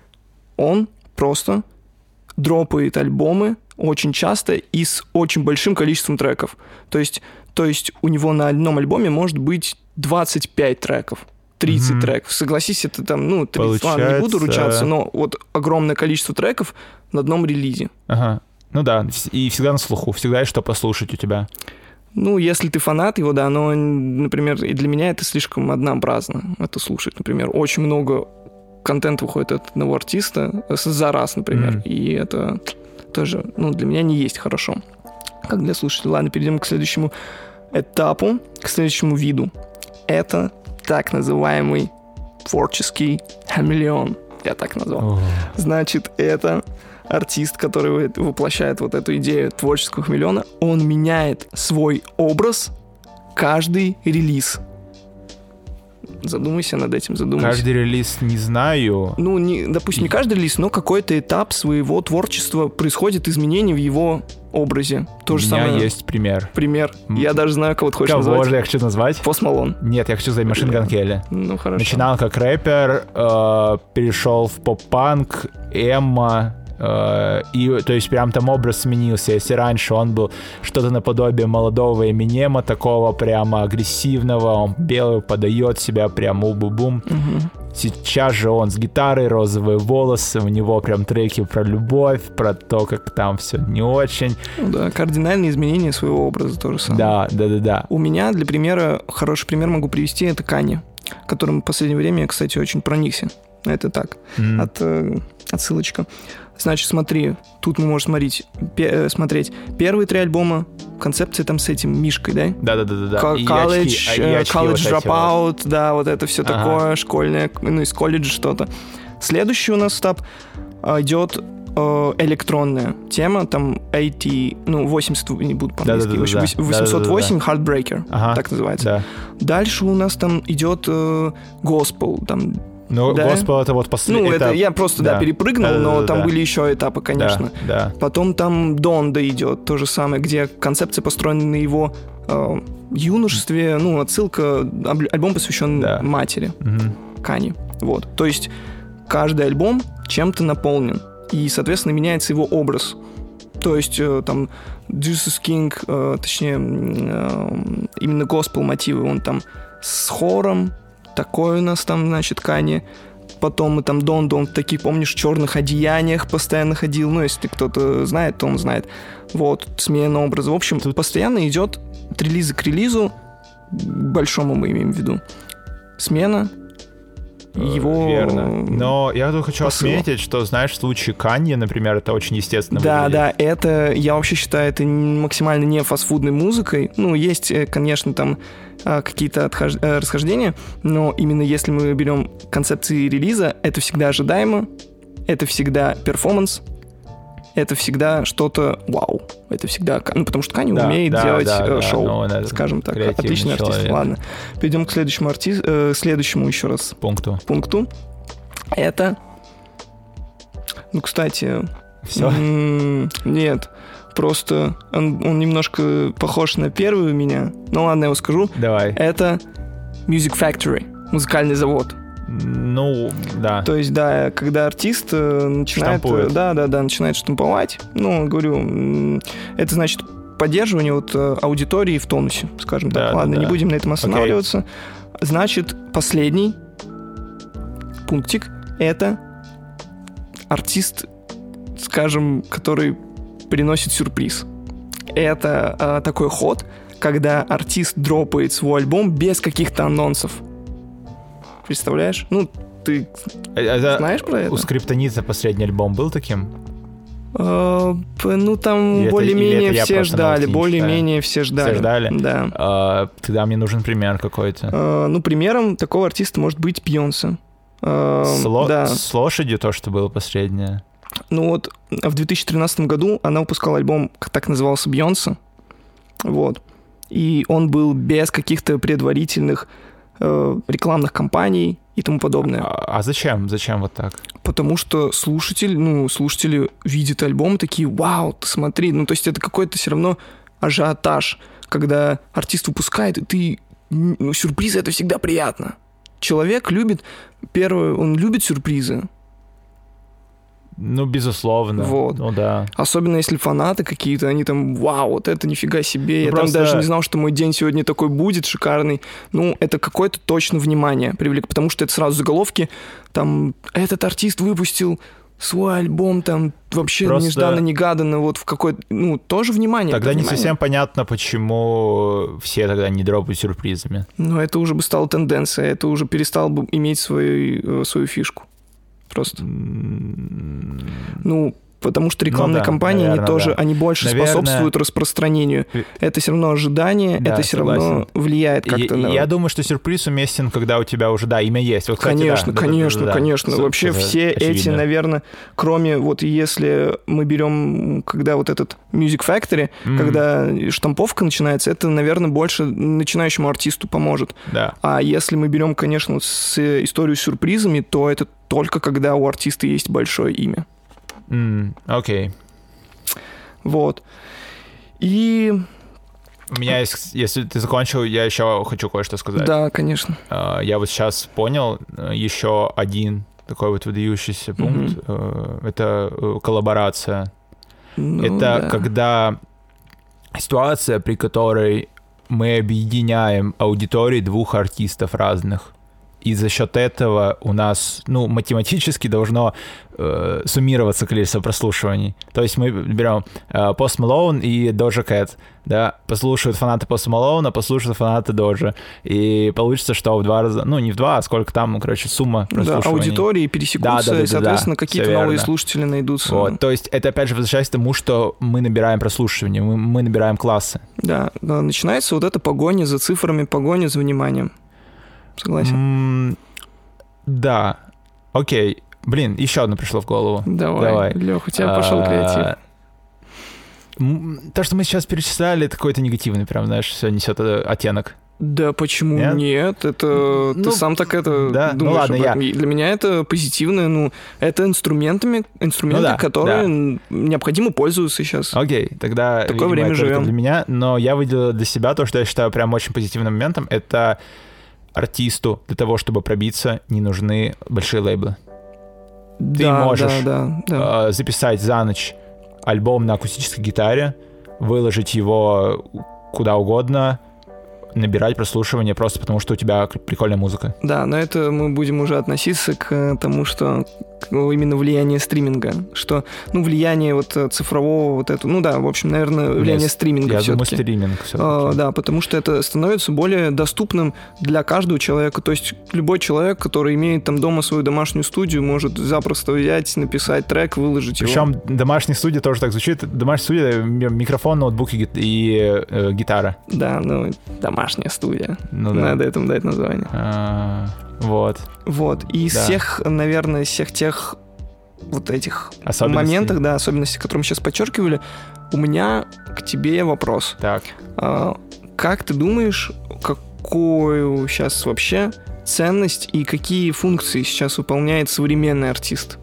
Он просто дропает альбомы очень часто и с очень большим количеством треков. То есть, то есть у него на одном альбоме может быть двадцать пять треков. тридцать mm-hmm. треков. Согласись, это там, ну, тридцать, Получается... ладно, не буду ручаться, но вот огромное количество треков на одном релизе. Ага. Ну да, и всегда на слуху, всегда есть что послушать у тебя. Ну, если ты фанат его, да, но, например, и для меня это слишком однообразно, это слушать, например. Очень много контента выходит от одного артиста за раз, например, mm-hmm. и это тоже, ну, для меня не есть хорошо, как для слушателей. Ладно, перейдем к следующему этапу, к следующему виду. Это так называемый творческий хамелеон. Я так назвал. Oh. Значит, это артист, который воплощает вот эту идею творческого хамелеона. Он меняет свой образ каждый релиз. Задумайся над этим, задумайся. Каждый релиз не знаю. Ну, не, допустим, не каждый релиз, но какой-то этап своего творчества происходит изменения в его образе. То же У меня самое. есть пример. Пример. М- Я даже знаю, кого ты хочешь кого назвать. Кого же я хочу назвать? Пост Малон. Нет, я хочу назвать Машин Ган Келли. Ну, хорошо. Начинал как рэпер, э, перешел в поп-панк, эмо, э, и, то есть, прям там образ сменился. Если раньше он был что-то наподобие молодого Эминема, такого прямо агрессивного, он белый, подает себя прям у-бу-бум, Угу. Сейчас же он с гитарой, розовые волосы, у него прям треки про любовь, про то, как там все не очень. Ну да, кардинальные изменения своего образа тоже самое. Да, да, да, да. У меня, для примера, хороший пример могу привести, это Канье, которым в последнее время я, кстати, очень проникся. Это так, mm-hmm. от, э, отсылочка. Значит, смотри, тут мы можем смотреть, пе- смотреть первые три альбома, концепция там с этим Мишкой, да? Да-да-да. Колледж, колледж dropout, да, вот это все ага. такое, школьное, ну, из колледжа что-то. Следующий у нас этап идет э, электронная тема, там восемьдесят, ну, восемьдесят, не буду по-английски, восемьсот восемь, Heartbreaker, ага. так называется. Да. Дальше у нас там идет э, Gospel, там... Ну, да? Госпел это вот последний ну, этап. Это я просто, да, да перепрыгнул, да, но да, там да. были еще этапы, конечно. Да, да. Потом там Донда идет, то же самое, где концепция построена на его э, юношестве, ну, отсылка, альбом посвящен да. матери, угу. Кани. Вот, то есть каждый альбом чем-то наполнен, и, соответственно, меняется его образ. То есть э, там Jesus King, э, точнее, э, именно госпел мотивы, он там с хором, такой у нас там, значит, Канье. Потом мы там Донда, он в таких, помнишь, черных одеяниях постоянно ходил. Ну, если кто-то знает, то он знает. Вот, смена образа. В общем, тут постоянно идет от релиза к релизу, большому мы имеем в виду, смена его... Верно. Но я тут хочу посыла. отметить, что, знаешь, в случае Канье, например, это очень естественно Да, выглядит. да, это, я вообще считаю, это максимально не фастфудной музыкой. Ну, есть, конечно, там какие-то отхож... расхождения, но именно если мы берем концепции релиза, это всегда ожидаемо, это всегда перформанс, это всегда что-то вау. Это всегда... Ну, потому что Канье да, умеет да, делать да, э, шоу, да, ну, скажем так. Отличный артист. Человек. Ладно. Перейдем к следующему артисту, э, следующему еще раз. Пункту. Пункту. Это... Ну, кстати... Все? М- нет. Просто он, он немножко похож на первый у меня. Ну, ладно, я его скажу. Давай. Это Music Factory. Музыкальный завод. Ну, да. То есть, да, когда артист начинает... Штампует. Да, да, да, начинает штамповать. Ну, говорю, это значит поддерживание вот аудитории в тонусе, скажем да, так. Да, ладно, да. не будем на этом останавливаться. Okay. Значит, последний пунктик — это артист, скажем, который приносит сюрприз. Это а, такой ход, когда артист дропает свой альбом без каких-то анонсов. Представляешь? Ну, ты это знаешь про это? У Скриптонита последний альбом был таким? Uh, ну, там или более-менее это, все ждали. Более-менее все ждали. Все ждали? Да. Uh, тогда мне нужен пример какой-то. Uh, ну, примером такого артиста может быть Бейонсе. Uh, с, ло- да. с лошадью то, что было последнее? Ну вот, в две тысячи тринадцатом году она выпускала альбом, так назывался, Бейонсе. Вот. И он был без каких-то предварительных э, рекламных кампаний и тому подобное. А, а зачем? Зачем вот так? Потому что слушатель, ну, слушатели видят альбом, такие, вау, ты смотри. Ну, то есть это какой-то все равно ажиотаж, когда артист выпускает, и ты... Ну, сюрпризы — это всегда приятно. Человек любит... Первое, он любит сюрпризы. Ну, безусловно. Вот. Ну, да. Особенно если фанаты какие-то, они там, вау, вот это нифига себе, ну, я просто... там даже не знал, что мой день сегодня такой будет шикарный. Ну, это какое-то точно внимание привлек, потому что это сразу заголовки, там, этот артист выпустил свой альбом, там, вообще просто... нежданно-негаданно, вот в какой-то, ну, тоже внимание. Тогда не внимание. совсем понятно, почему все тогда не дропают сюрпризами. Ну, это уже бы стала тенденция, это уже перестало бы иметь свою, свою фишку. Просто. Ну, потому что рекламные ну, да, кампании, наверное, они тоже, да. они больше наверное... способствуют распространению. Это все равно ожидание, да, это все согласен. равно влияет как-то я, на... Я думаю, что сюрприз уместен, когда у тебя уже, да, имя есть. Вот, кстати, конечно, да, конечно, да, да, конечно. да, Вообще да, все очевидно. эти, наверное, кроме вот если мы берем, когда вот этот Music Factory, mm-hmm. когда штамповка начинается, это, наверное, больше начинающему артисту поможет. Да. А если мы берем, конечно, с историю с сюрпризами, то это только когда у артиста есть большое имя. Окей. Mm, okay. Вот. И... У меня есть... Если ты закончил, я еще хочу кое-что сказать. Да, конечно. Uh, я вот сейчас понял еще один такой вот выдающийся mm-hmm. пункт. Uh, это uh, коллаборация. Ну, это да. когда ситуация, при которой мы объединяем аудитории двух артистов разных. и за счет этого у нас, ну, математически должно э, суммироваться количество прослушиваний. То есть мы берем э, Post Malone и Doja Cat, да, послушают фанаты Post Malone, послушают фанаты Doja, и получится, что в два раза, ну, не в два, а сколько там, ну, короче, сумма прослушиваний. Да, аудитории пересекутся, да, да, да, и, соответственно, да, какие-то новые слушатели найдутся. Вот, то есть это, опять же, возвращается к тому, что мы набираем прослушивание, мы, мы набираем классы. Да, да, начинается вот эта погоня за цифрами, погоня за вниманием. Согласен? Mm, да, окей. Блин, еще одно пришло в голову. Давай, Давай. Лёх, у тебя пошел а, креатив. То, что мы сейчас перечисляли, это какой-то негативный, прям, знаешь, все несет оттенок. Да почему нет? нет? Это ну, ты сам так это да? думаешь. Ну ладно, я... Для меня это позитивное, ну, это инструментами, инструменты, ну, да, которые да. необходимо пользоваться сейчас. Окей, тогда, такое видимо, время это живем. Для меня, но я выделил для себя то, что я считаю прям очень позитивным моментом, это артисту для того, чтобы пробиться, не нужны большие лейблы. Да, ты можешь да, да, да. Э, записать за ночь альбом на акустической гитаре, выложить его куда угодно, набирать прослушивание просто потому, что у тебя прикольная музыка. Да, но это мы будем уже относиться к тому, что именно влияние стриминга, что, ну, влияние вот цифрового вот это, ну да, в общем, наверное, влияние Нет, стриминга я все-таки. Я думаю, стриминг все-таки. А, да, потому что это становится более доступным для каждого человека, то есть любой человек, который имеет там дома свою домашнюю студию, может запросто взять, написать трек, выложить Причем его. Причем домашняя студия тоже так звучит, домашняя студия, микрофон, ноутбук и, и э, гитара. Да, ну, домашняя студия, ну, да. Надо этому дать название. А, вот. Вот, и из да. всех, наверное, из всех тех вот этих моментах, да, особенностей, которые мы сейчас подчеркивали, у меня к тебе вопрос. Так. А, как ты думаешь, какую сейчас вообще ценность и какие функции сейчас выполняет современный артист?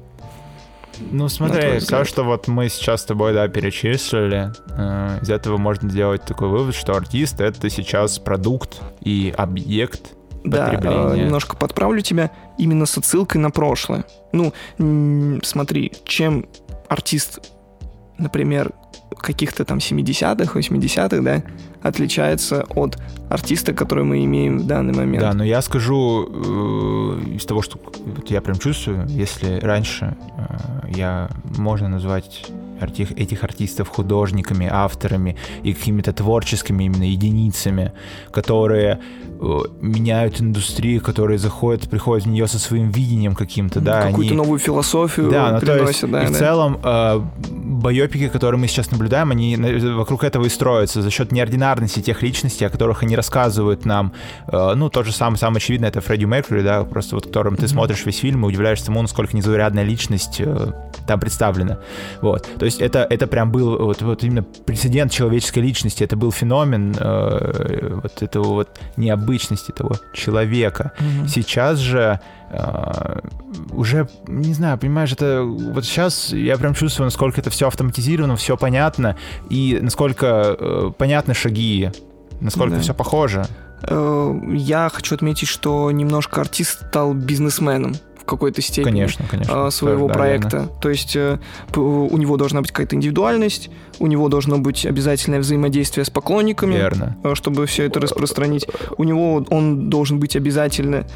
Ну, смотри, все, что вот мы сейчас с тобой, да, перечислили, э, из этого можно сделать такой вывод, что артист — это сейчас продукт и объект потребления. Да, немножко подправлю тебя именно с отсылкой на прошлое. Ну, м- смотри, чем артист, например, каких-то там семидесятых, восьмидесятых, да, отличается от артиста, который мы имеем в данный момент. Да, но я скажу э, из того, что вот я прям чувствую, если раньше э, я, можно назвать арти- этих артистов художниками, авторами и какими-то творческими именно единицами, которые э, меняют индустрию, которые заходят, приходят в нее со своим видением каким-то, да. Какую-то они... новую философию да, ну, приносят, то есть, да. И да. в целом э, байопики, которые мы сейчас наблюдаем, они вокруг этого и строятся за счет неординарности тех личностей, о которых они рассказывают нам. Э, ну, тот же самый, самый очевидный, это Фредди Меркьюри, да, просто вот которым mm-hmm. ты смотришь весь фильм и удивляешься тому, насколько незаурядная личность э, там представлена. Вот. То есть это, это прям был вот, вот именно прецедент человеческой личности, это был феномен э, вот этого вот необычности того человека. Mm-hmm. Сейчас же Uh, уже, не знаю, понимаешь, это вот сейчас я прям чувствую, насколько это все автоматизировано, все понятно, и насколько uh, понятны шаги, насколько да. все похоже. Uh, я хочу отметить, что немножко артист стал бизнесменом в какой-то степени. Конечно, конечно. Своего тоже, проекта. да, То есть uh, у него должна быть какая-то индивидуальность, у него должно быть обязательное взаимодействие с поклонниками, Верно. чтобы все это распространить. У него он должен быть обязательно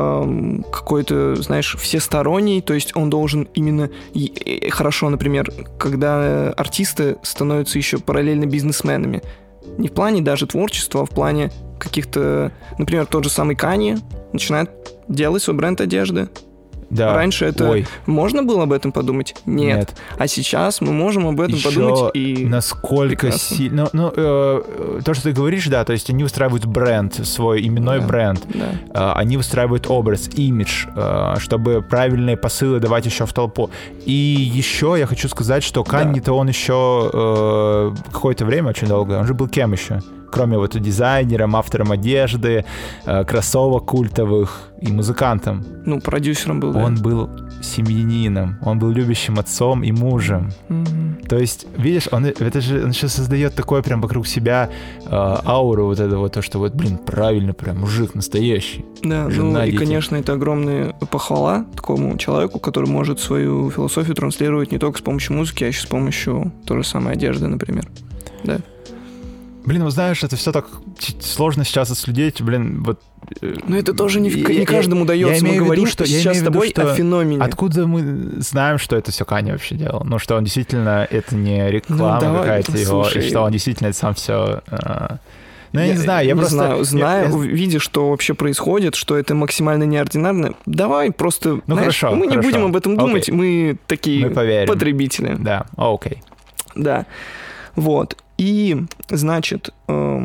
э, какой-то, знаешь, всесторонний, то есть он должен именно... И, хорошо, например, когда артисты становятся еще параллельно бизнесменами. Не в плане даже творчества, а в плане каких-то... Например, тот же самый Канье начинает делать свой бренд одежды. Да. Раньше это Ой. можно было об этом подумать? Нет. Нет. А сейчас мы можем об этом Еще подумать и... насколько сильно... Ну, ну э, то, что ты говоришь, да, то есть они выстраивают бренд, свой именной да. бренд. Да. Э, они выстраивают образ, имидж, э, чтобы правильные посылы давать еще в толпу. И еще я хочу сказать, что Канье-то он еще э, какое-то время, очень долго, он же был кем еще? Кроме вот дизайнером, автором одежды, э, кроссовок культовых и музыкантом. Ну, продюсером был, да. Он был семьянином, он был любящим отцом и мужем. Mm-hmm. То есть, видишь, он, это же, он сейчас создает такое прям вокруг себя э, ауру вот этого, то, что вот, блин, правильно, прям мужик настоящий. Да, жена, ну и, дети. конечно, это огромная похвала такому человеку, который может свою философию транслировать не только с помощью музыки, а еще с помощью той же самой одежды, например. Да. Блин, ну знаешь, это все так сложно сейчас отследить, блин, вот... Но это тоже не, я, не каждому я, дается. Я мы говорим виду, что, сейчас с тобой виду, о феномене. Откуда мы знаем, что это все Канье вообще делал? Ну, что он действительно, это не реклама ну, давай, какая-то ну, его, слушай, и что он действительно это сам все... А... Ну, я, я не знаю, я не просто... Знаю, знаю я... видя, что вообще происходит, что это максимально неординарно, давай просто... Ну, знаешь, хорошо, мы не хорошо. будем об этом думать, окей. мы такие мы потребители. Да, окей. Да, вот. И, значит, э,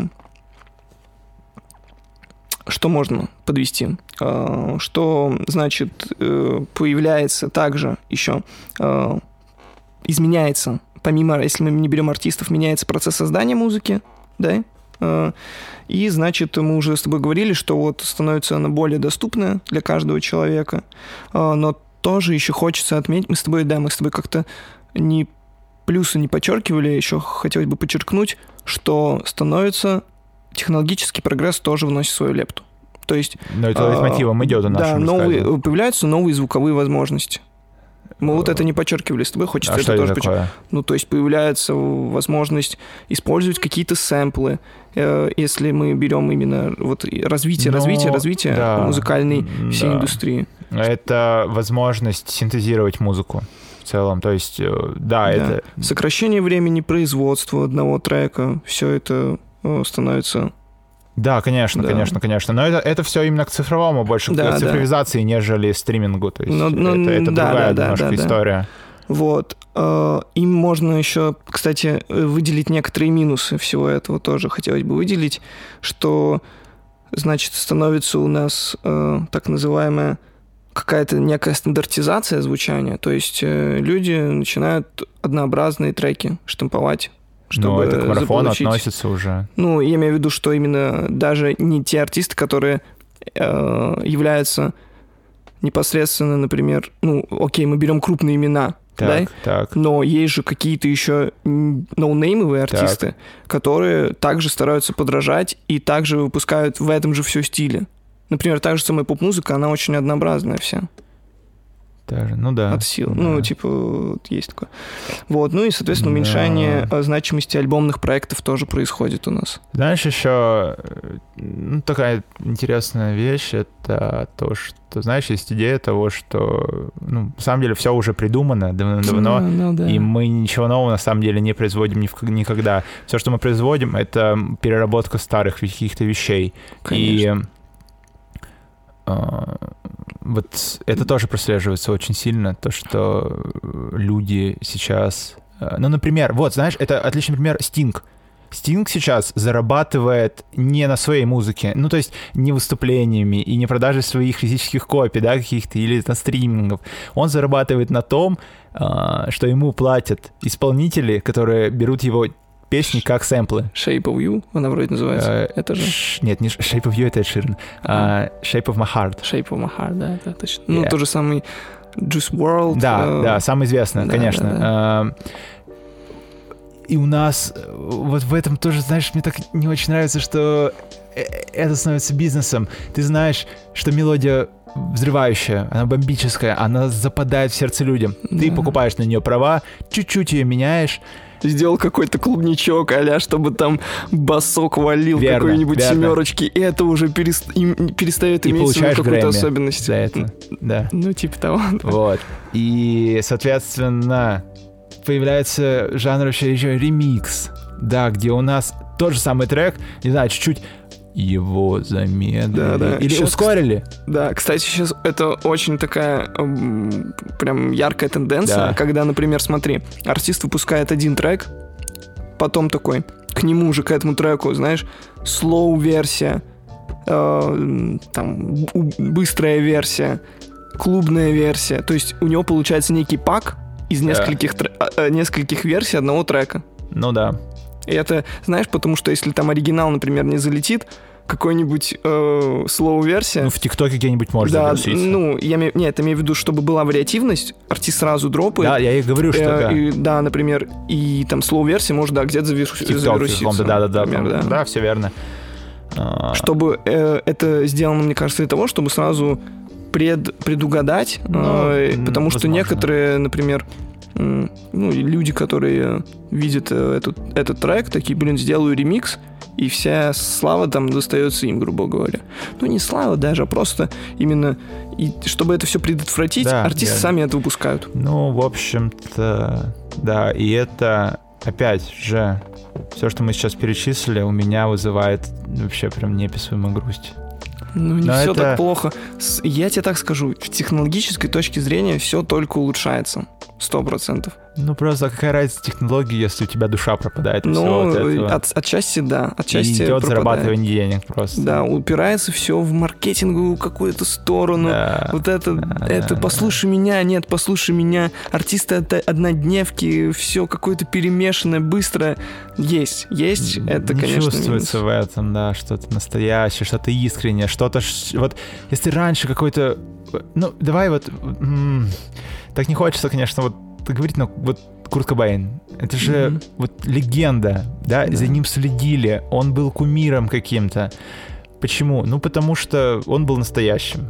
что можно подвести? Э, что, значит, э, появляется также еще, э, изменяется, помимо, если мы не берем артистов, меняется процесс создания музыки, да? Э, и, значит, мы уже с тобой говорили, что вот становится она более доступная для каждого человека, э, но тоже еще хочется отметить, мы с тобой, да, мы с тобой как-то не... плюсы не подчеркивали, еще хотелось бы подчеркнуть, что становится технологический прогресс тоже вносит свою лепту. То есть... Но это лейтмотивом а, идет у Да, новые, появляются новые звуковые возможности. Мы вот это не подчеркивали с тобой, хочется а это что тоже это подчеркнуть. Ну, то есть появляется возможность использовать какие-то сэмплы, если мы берем именно вот развитие, Но, развитие, развитие да, музыкальной всей да. индустрии. Это возможность синтезировать музыку. В целом, то есть, да, да, это... Сокращение времени производства одного трека, все это становится... Да, конечно, да. конечно, конечно. Но это, это все именно к цифровому, больше да, к цифровизации, да. нежели стримингу. То есть, но, но, это, это да, другая да, немножко да, история. Да. Вот. Им можно еще, кстати, выделить некоторые минусы всего этого тоже хотелось бы выделить, что, значит, становится у нас так называемая какая-то некая стандартизация звучания, то есть э, люди начинают однообразные треки штамповать, чтобы Но это к марафону заполучить... относится уже. Ну, я имею в виду, что именно даже не те артисты, которые э, являются непосредственно, например, ну, окей, мы берем крупные имена, так, да? Так. Но есть же какие-то еще ноунеймовые артисты, так. которые также стараются подражать и также выпускают в этом же все стиле. Например, та же самая поп-музыка, она очень однообразная вся. Даже, ну да. От сил. Да. Ну, типа, вот есть такое. Вот, ну и, соответственно, уменьшение да. значимости альбомных проектов тоже происходит у нас. Знаешь, еще ну, такая интересная вещь, это то, что, знаешь, есть идея того, что, ну, на самом деле, все уже придумано давно-давно, да, ну, да. и мы ничего нового, на самом деле, не производим никогда. Все, что мы производим, это переработка старых каких-то вещей. Конечно. И вот это тоже прослеживается очень сильно, то, что люди сейчас... Ну, например, вот, знаешь, это отличный пример Стинг. Стинг сейчас зарабатывает не на своей музыке, ну, то есть не выступлениями и не продажей своих физических копий, да, каких-то, или на стримингов. Он зарабатывает на том, что ему платят исполнители, которые берут его песни как сэмплы. Shape of You, она вроде называется. Uh, это же? Нет, не Shape of You, это Эд Ширан. Uh, Shape of My Heart. Shape of My Heart, да, это точно. Yeah. Ну, тот же самый Juice world. Да, uh, да, самый известный, да, конечно. Да, да. Uh, и у нас вот в этом тоже, знаешь, мне так не очень нравится, что это становится бизнесом. Ты знаешь, что мелодия взрывающая, она бомбическая, она западает в сердце людям. Да. Ты покупаешь на нее права, чуть-чуть ее меняешь, сделал какой-то клубничок, а-ля, чтобы там басок валил какой-нибудь верно. семерочки, и это уже перест... перестает и иметь какую-то Грэмми особенность. За это. Да. Ну, типа того. Вот. И, соответственно, появляется жанр вообще еще ремикс, да, где у нас тот же самый трек, не знаю, чуть-чуть его замедлили. Да, да. Или сейчас, ускорили. Да, кстати, сейчас это очень такая прям яркая тенденция, да. когда, например, смотри, артист выпускает один трек, потом такой, к нему же, к этому треку, знаешь, слоу-версия, э, там, быстрая версия, клубная версия. То есть у него получается некий пак из нескольких, да. тр... нескольких версий одного трека. Ну да. И это, знаешь, потому что если там оригинал, например, не залетит, какой-нибудь э, слоу-версия... Ну, в ТикТоке где-нибудь можно да, загрузить. Ну, я, нет, имею в виду, чтобы была вариативность, артист сразу дропает. Да, я и говорю, что э, да. И, да, например, и там слоу-версия может, да, где-то завир... завируситься. Да, да, да, например, да. Да, все верно. Чтобы э, это сделано, мне кажется, для того, чтобы сразу пред, предугадать, ну, э, потому возможно. Что некоторые, например... ну, люди, которые видят этот, этот трек, такие, блин, сделаю ремикс, и вся слава там достается им, грубо говоря. Ну, не слава даже, а просто именно, и чтобы это все предотвратить, Да, артисты я- сами это выпускают. Ну, в общем-то, да, и это, опять же, все, что мы сейчас перечислили, у меня вызывает вообще прям неописуемую грусть. Ну, не Но все это- так плохо. С- Я тебе так скажу, с технологической точки зрения все только улучшается. Сто процентов. Ну, просто какая разница технологии, если у тебя душа пропадает от всего Ну, от этого? от, отчасти да, И отчасти идет пропадает. зарабатывание денег просто. Да, упирается все в маркетинговую какую-то сторону. Да. Вот это, Да, это да, послушай меня, нет, послушай меня. Артисты это однодневки, все какое-то перемешанное, быстрое. Есть, есть, это, не конечно, чувствуется минус. в этом, да, что-то настоящее, что-то искреннее, что-то... ш- Вот если раньше какой-то... Ну, давай вот... м, Так не хочется, конечно, вот говорить, но вот Курт Кобейн, это же Мгм. вот легенда, да? Да. За ним следили, он был кумиром каким-то. Почему? Ну, потому что он был настоящим.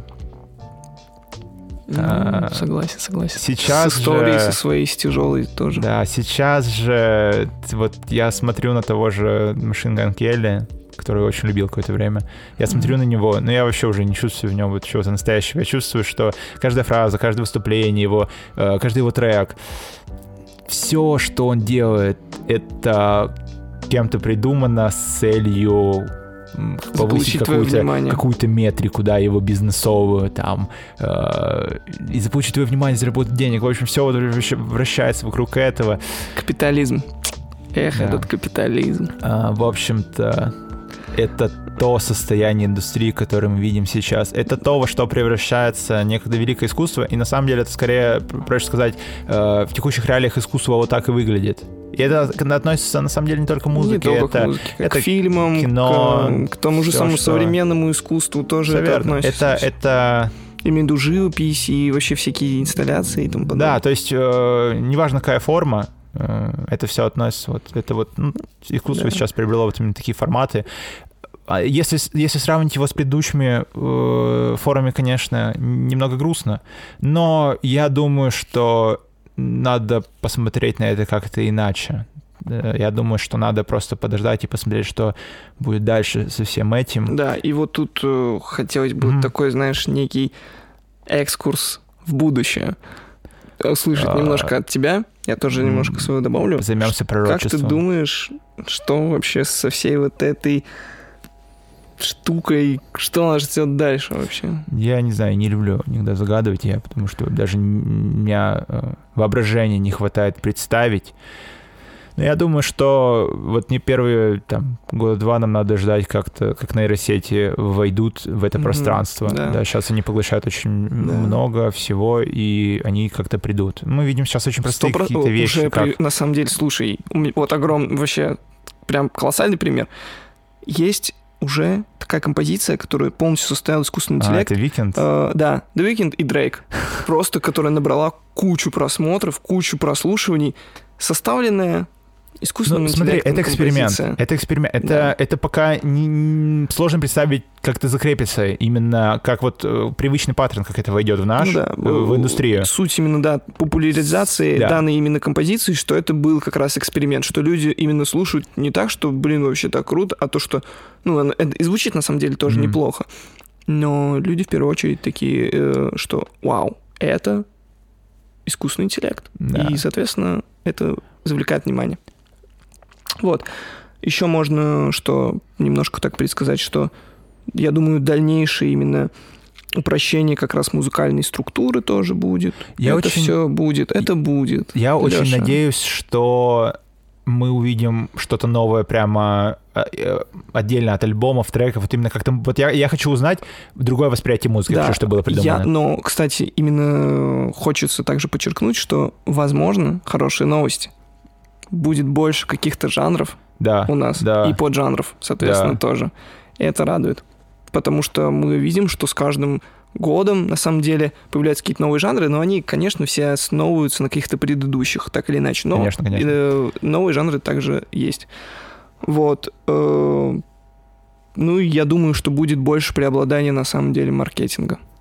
Ну, А, согласен, согласен. сейчас С историей, же- со своей, с тяжелой тоже. Да, сейчас же вот я смотрю на того же Machine Gun Kelly, который очень любил какое-то время. Я смотрю на него, но я вообще уже не чувствую в нем вот чего-то настоящего. Я чувствую, что каждая фраза, каждое выступление его, э, каждый его трек, все, что он делает, это кем-то придумано с целью м, повысить Заполучить твое какую-то, внимание. какую-то метрику, да, его бизнесовую, там, э, и заполучить твое внимание, заработать денег. В общем, все вот вращ- вращается вокруг этого. Капитализм. Эх, Да. этот капитализм. А, в общем-то, это то состояние индустрии, которое мы видим сейчас. Это то, во что превращается некогда великое искусство. И на самом деле это скорее, пр- проще сказать, э, в текущих реалиях искусство вот так и выглядит. И это относится на самом деле не только к музыке, не только это к музыке, как это к фильмам, кино, к, к тому же всё, самому что- современному искусству тоже Всё это верно. относится. Это, это Имею в виду живопись и вообще всякие инсталляции и тому подобное. да, то есть э, неважно какая форма, э, это все относится, вот это вот ну, искусство Да. сейчас приобрело вот именно такие форматы. А Если, с- если сравнить его с предыдущими э, форумами, конечно, немного грустно, но я думаю, что надо посмотреть на это как-то иначе. Э, Я думаю, что надо просто подождать и посмотреть, что будет дальше со всем этим. Да, и вот тут э, хотелось бы Мгм. такой, знаешь, некий экскурс в будущее. Услышать А. немножко от тебя. Я тоже М. немножко своего добавлю. Займемся Как ты пророчеством. думаешь, что вообще со всей вот этой штукой, что нас ждет дальше вообще? Я не знаю, не люблю никогда загадывать я, потому что даже м- у меня э, воображения не хватает представить. Но я думаю, что вот не первые там года два нам надо ждать как-то, как нейросети войдут в это Мгм, пространство. да. Да. сейчас они поглощают очень Да. много всего, и они как-то придут. Мы видим сейчас очень простые Сто про- какие-то вещи, уже как... при- на самом деле, слушай, у меня вот огромный, вообще прям колоссальный пример. Есть уже такая композиция, которая полностью состояла из искусственного А, интеллекта. это Weeknd? Э, да, The Weeknd и Drake. Просто, которая набрала кучу просмотров, кучу прослушиваний, составленная искусственным Ну, смотри, интеллектом это эксперимент. композиция. Это эксперимент. Это, Да. это пока не, не- сложно представить, как это закрепится. Именно как вот э, привычный паттерн, как это войдет в наш, Ну да, э, в индустрию. Суть именно, да, популяризации Да. данной именно композиции, что это был как раз эксперимент, что люди именно слушают не так, что, блин, вообще так круто, а то, что, ну, оно- это и звучит на самом деле тоже Мгм. неплохо. Но люди в первую очередь такие, э, что, вау, это искусственный интеллект. Да. И, соответственно, это завлекает внимание. Вот. Еще можно, что немножко так предсказать, что, я думаю, дальнейшее именно упрощение как раз музыкальной структуры тоже будет. Я это очень- все будет, это будет. Я очень Лёша. надеюсь, что мы увидим что-то новое прямо э, э, отдельно от альбомов, треков. Вот именно как-то... Вот я, я хочу узнать другое восприятие музыки, вообще, что было придумано. Я, но, кстати, именно хочется также подчеркнуть, что, возможно, хорошие новости. Будет больше каких-то жанров Да, у нас да. и поджанров, соответственно, Да. тоже. И это радует. Потому что мы видим, что с каждым годом, на самом деле, появляются какие-то новые жанры, но они, конечно, все основываются на каких-то предыдущих, так или иначе. Но Конечно, конечно. э, новые жанры также есть. Вот. э, Ну, и я думаю, что будет больше преобладания, на самом деле, маркетинга.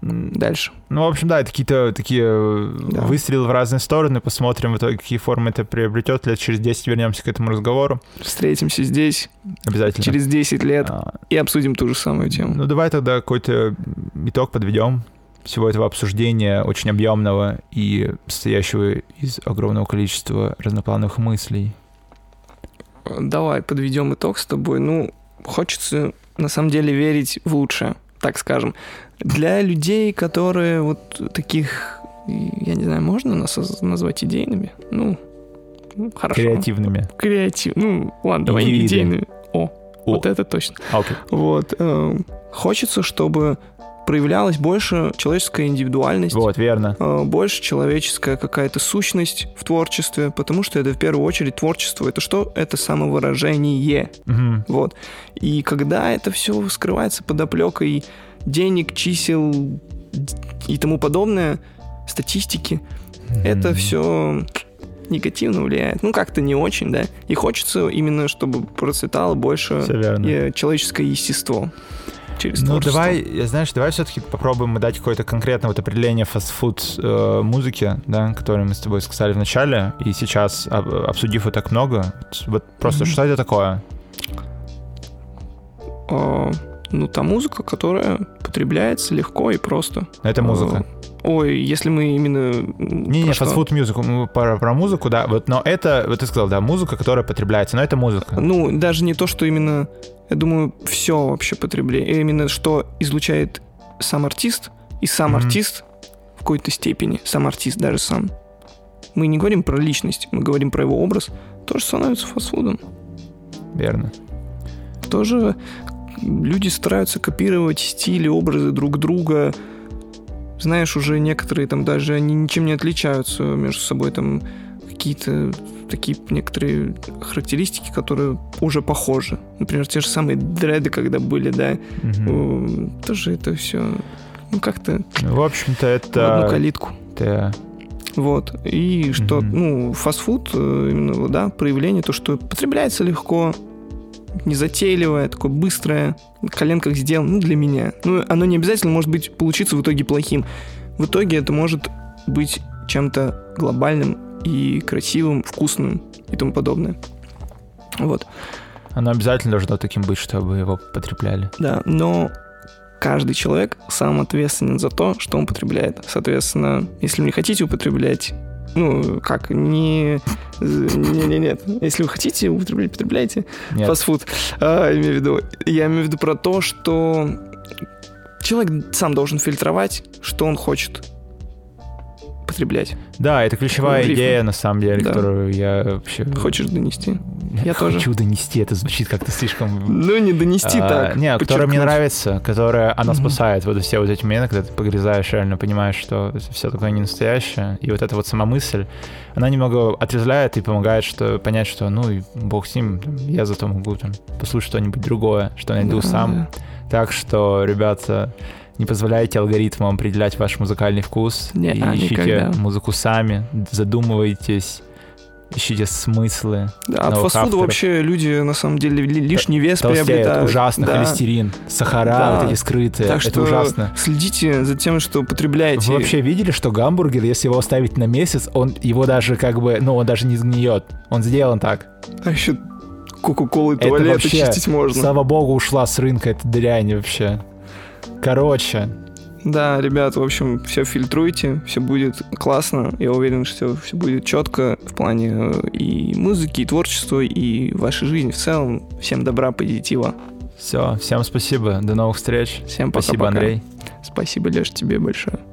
дальше. Ну, в общем, да, это какие-то такие да. выстрелы в разные стороны. Посмотрим в итоге, какие формы это приобретет. Лет через десять вернемся к этому разговору. Встретимся здесь. Обязательно. Через десять лет а... и обсудим ту же самую тему. Ну, давай тогда какой-то итог подведем всего этого обсуждения, очень объемного и состоящего из огромного количества разноплановых мыслей. Давай подведем итог с тобой. Ну, хочется на самом деле верить в лучшее, так скажем. Для людей, которые вот таких, я не знаю, можно нас назвать идейными? Ну, хорошо. Креативными. Креатив. Ну, ладно, давай Индивиды. идейными. О, О, вот это точно. Okay. Вот. Э, хочется, чтобы проявлялась больше человеческая индивидуальность. Вот, верно. Э, больше человеческая какая-то сущность в творчестве, потому что это в первую очередь творчество. Это что? Это самовыражение. Угу. Вот. И когда это все скрывается под оплекой денег, чисел и тому подобное, статистики, mm-hmm. это все негативно влияет. Ну, как-то не очень, да. И хочется именно, чтобы процветало больше человеческое естество. Через ну, творчество. давай, знаешь, давай все-таки попробуем дать какое-то конкретное вот определение фастфуд э, музыки, да, которое мы с тобой сказали в начале, и сейчас, об, обсудив вот так много, вот просто mm-hmm. что это такое? А, ну, та музыка, которая потребляется легко и просто. Это музыка? А, ой, если мы именно... Не-не, фастфуд-музыку, мы про, про музыку, да, вот, но это, вот ты сказал, да, музыка, которая потребляется, но это музыка. Ну, даже не то, что именно... Я думаю, все вообще потребление. Именно что излучает сам артист, и сам mm-hmm. артист в какой-то степени, сам артист даже сам. Мы не говорим про личность, мы говорим про его образ. Тоже становится фастфудом. Верно. Тоже люди стараются копировать стили, образы друг друга. Знаешь, уже некоторые там даже они ничем не отличаются между собой. Там какие-то такие некоторые характеристики, которые уже похожи. Например, те же самые дреды, когда были, да, угу. тоже это все, ну, как-то в общем-то, это... в одну калитку. Да. Вот. И что, угу. ну, фастфуд, именно, да, проявление, то, что потребляется легко, незатейливое, такое быстрое, на коленках сделано, ну, для меня. Ну, оно не обязательно может быть, получиться в итоге плохим. В итоге это может быть чем-то глобальным и красивым, вкусным и тому подобное. Вот. Оно обязательно должно таким быть, чтобы его потребляли. Да, но каждый человек сам ответственен за то, что он потребляет. Соответственно, если вы не хотите употреблять, ну, как, не... Не-не-нет. Если вы хотите употреблять, потребляйте фастфуд. А, имею в виду, я имею в виду про то, что человек сам должен фильтровать, что он хочет потреблять. Да, это ключевая Рифм. идея, на самом деле, да. которую я вообще... Хочешь донести? Я, я тоже. Хочу донести, это звучит как-то слишком... Ну, не донести а, так. Нет, которая мне нравится, которая, она mm-hmm. спасает вот все вот эти моменты, когда ты погрязаешь, реально понимаешь, что все такое не настоящее, и вот эта вот сама мысль, она немного отрезвляет и помогает что, понять, что, ну, и бог с ним, я зато могу там, послушать что-нибудь другое, что найду да, сам. Да. Так что, ребята... Не позволяйте алгоритмам определять ваш музыкальный вкус. Не, и а, ищите никогда. музыку сами, задумывайтесь, ищите смыслы. Да, от фастфуда авторов. Вообще люди, на самом деле, лишний вес толстеют, приобретают. Ужасно, да. холестерин, сахара да. вот эти скрытые. Так это что ужасно. Следите за тем, что потребляете. Вы вообще видели, что гамбургер, если его оставить на месяц, он его даже как бы, ну, он даже не сгниет. Он сделан так. А еще кока-колу и туалеты чистить можно. Слава богу, ушла с рынка эта дрянь вообще. Короче. Да, ребят, в общем, все фильтруйте, все будет классно. Я уверен, что все будет четко в плане и музыки, и творчества, и вашей жизни в целом. Всем добра, позитива. Все, всем спасибо, до новых встреч. Всем пока-пока. Спасибо, Андрей. Спасибо, Леш, тебе большое.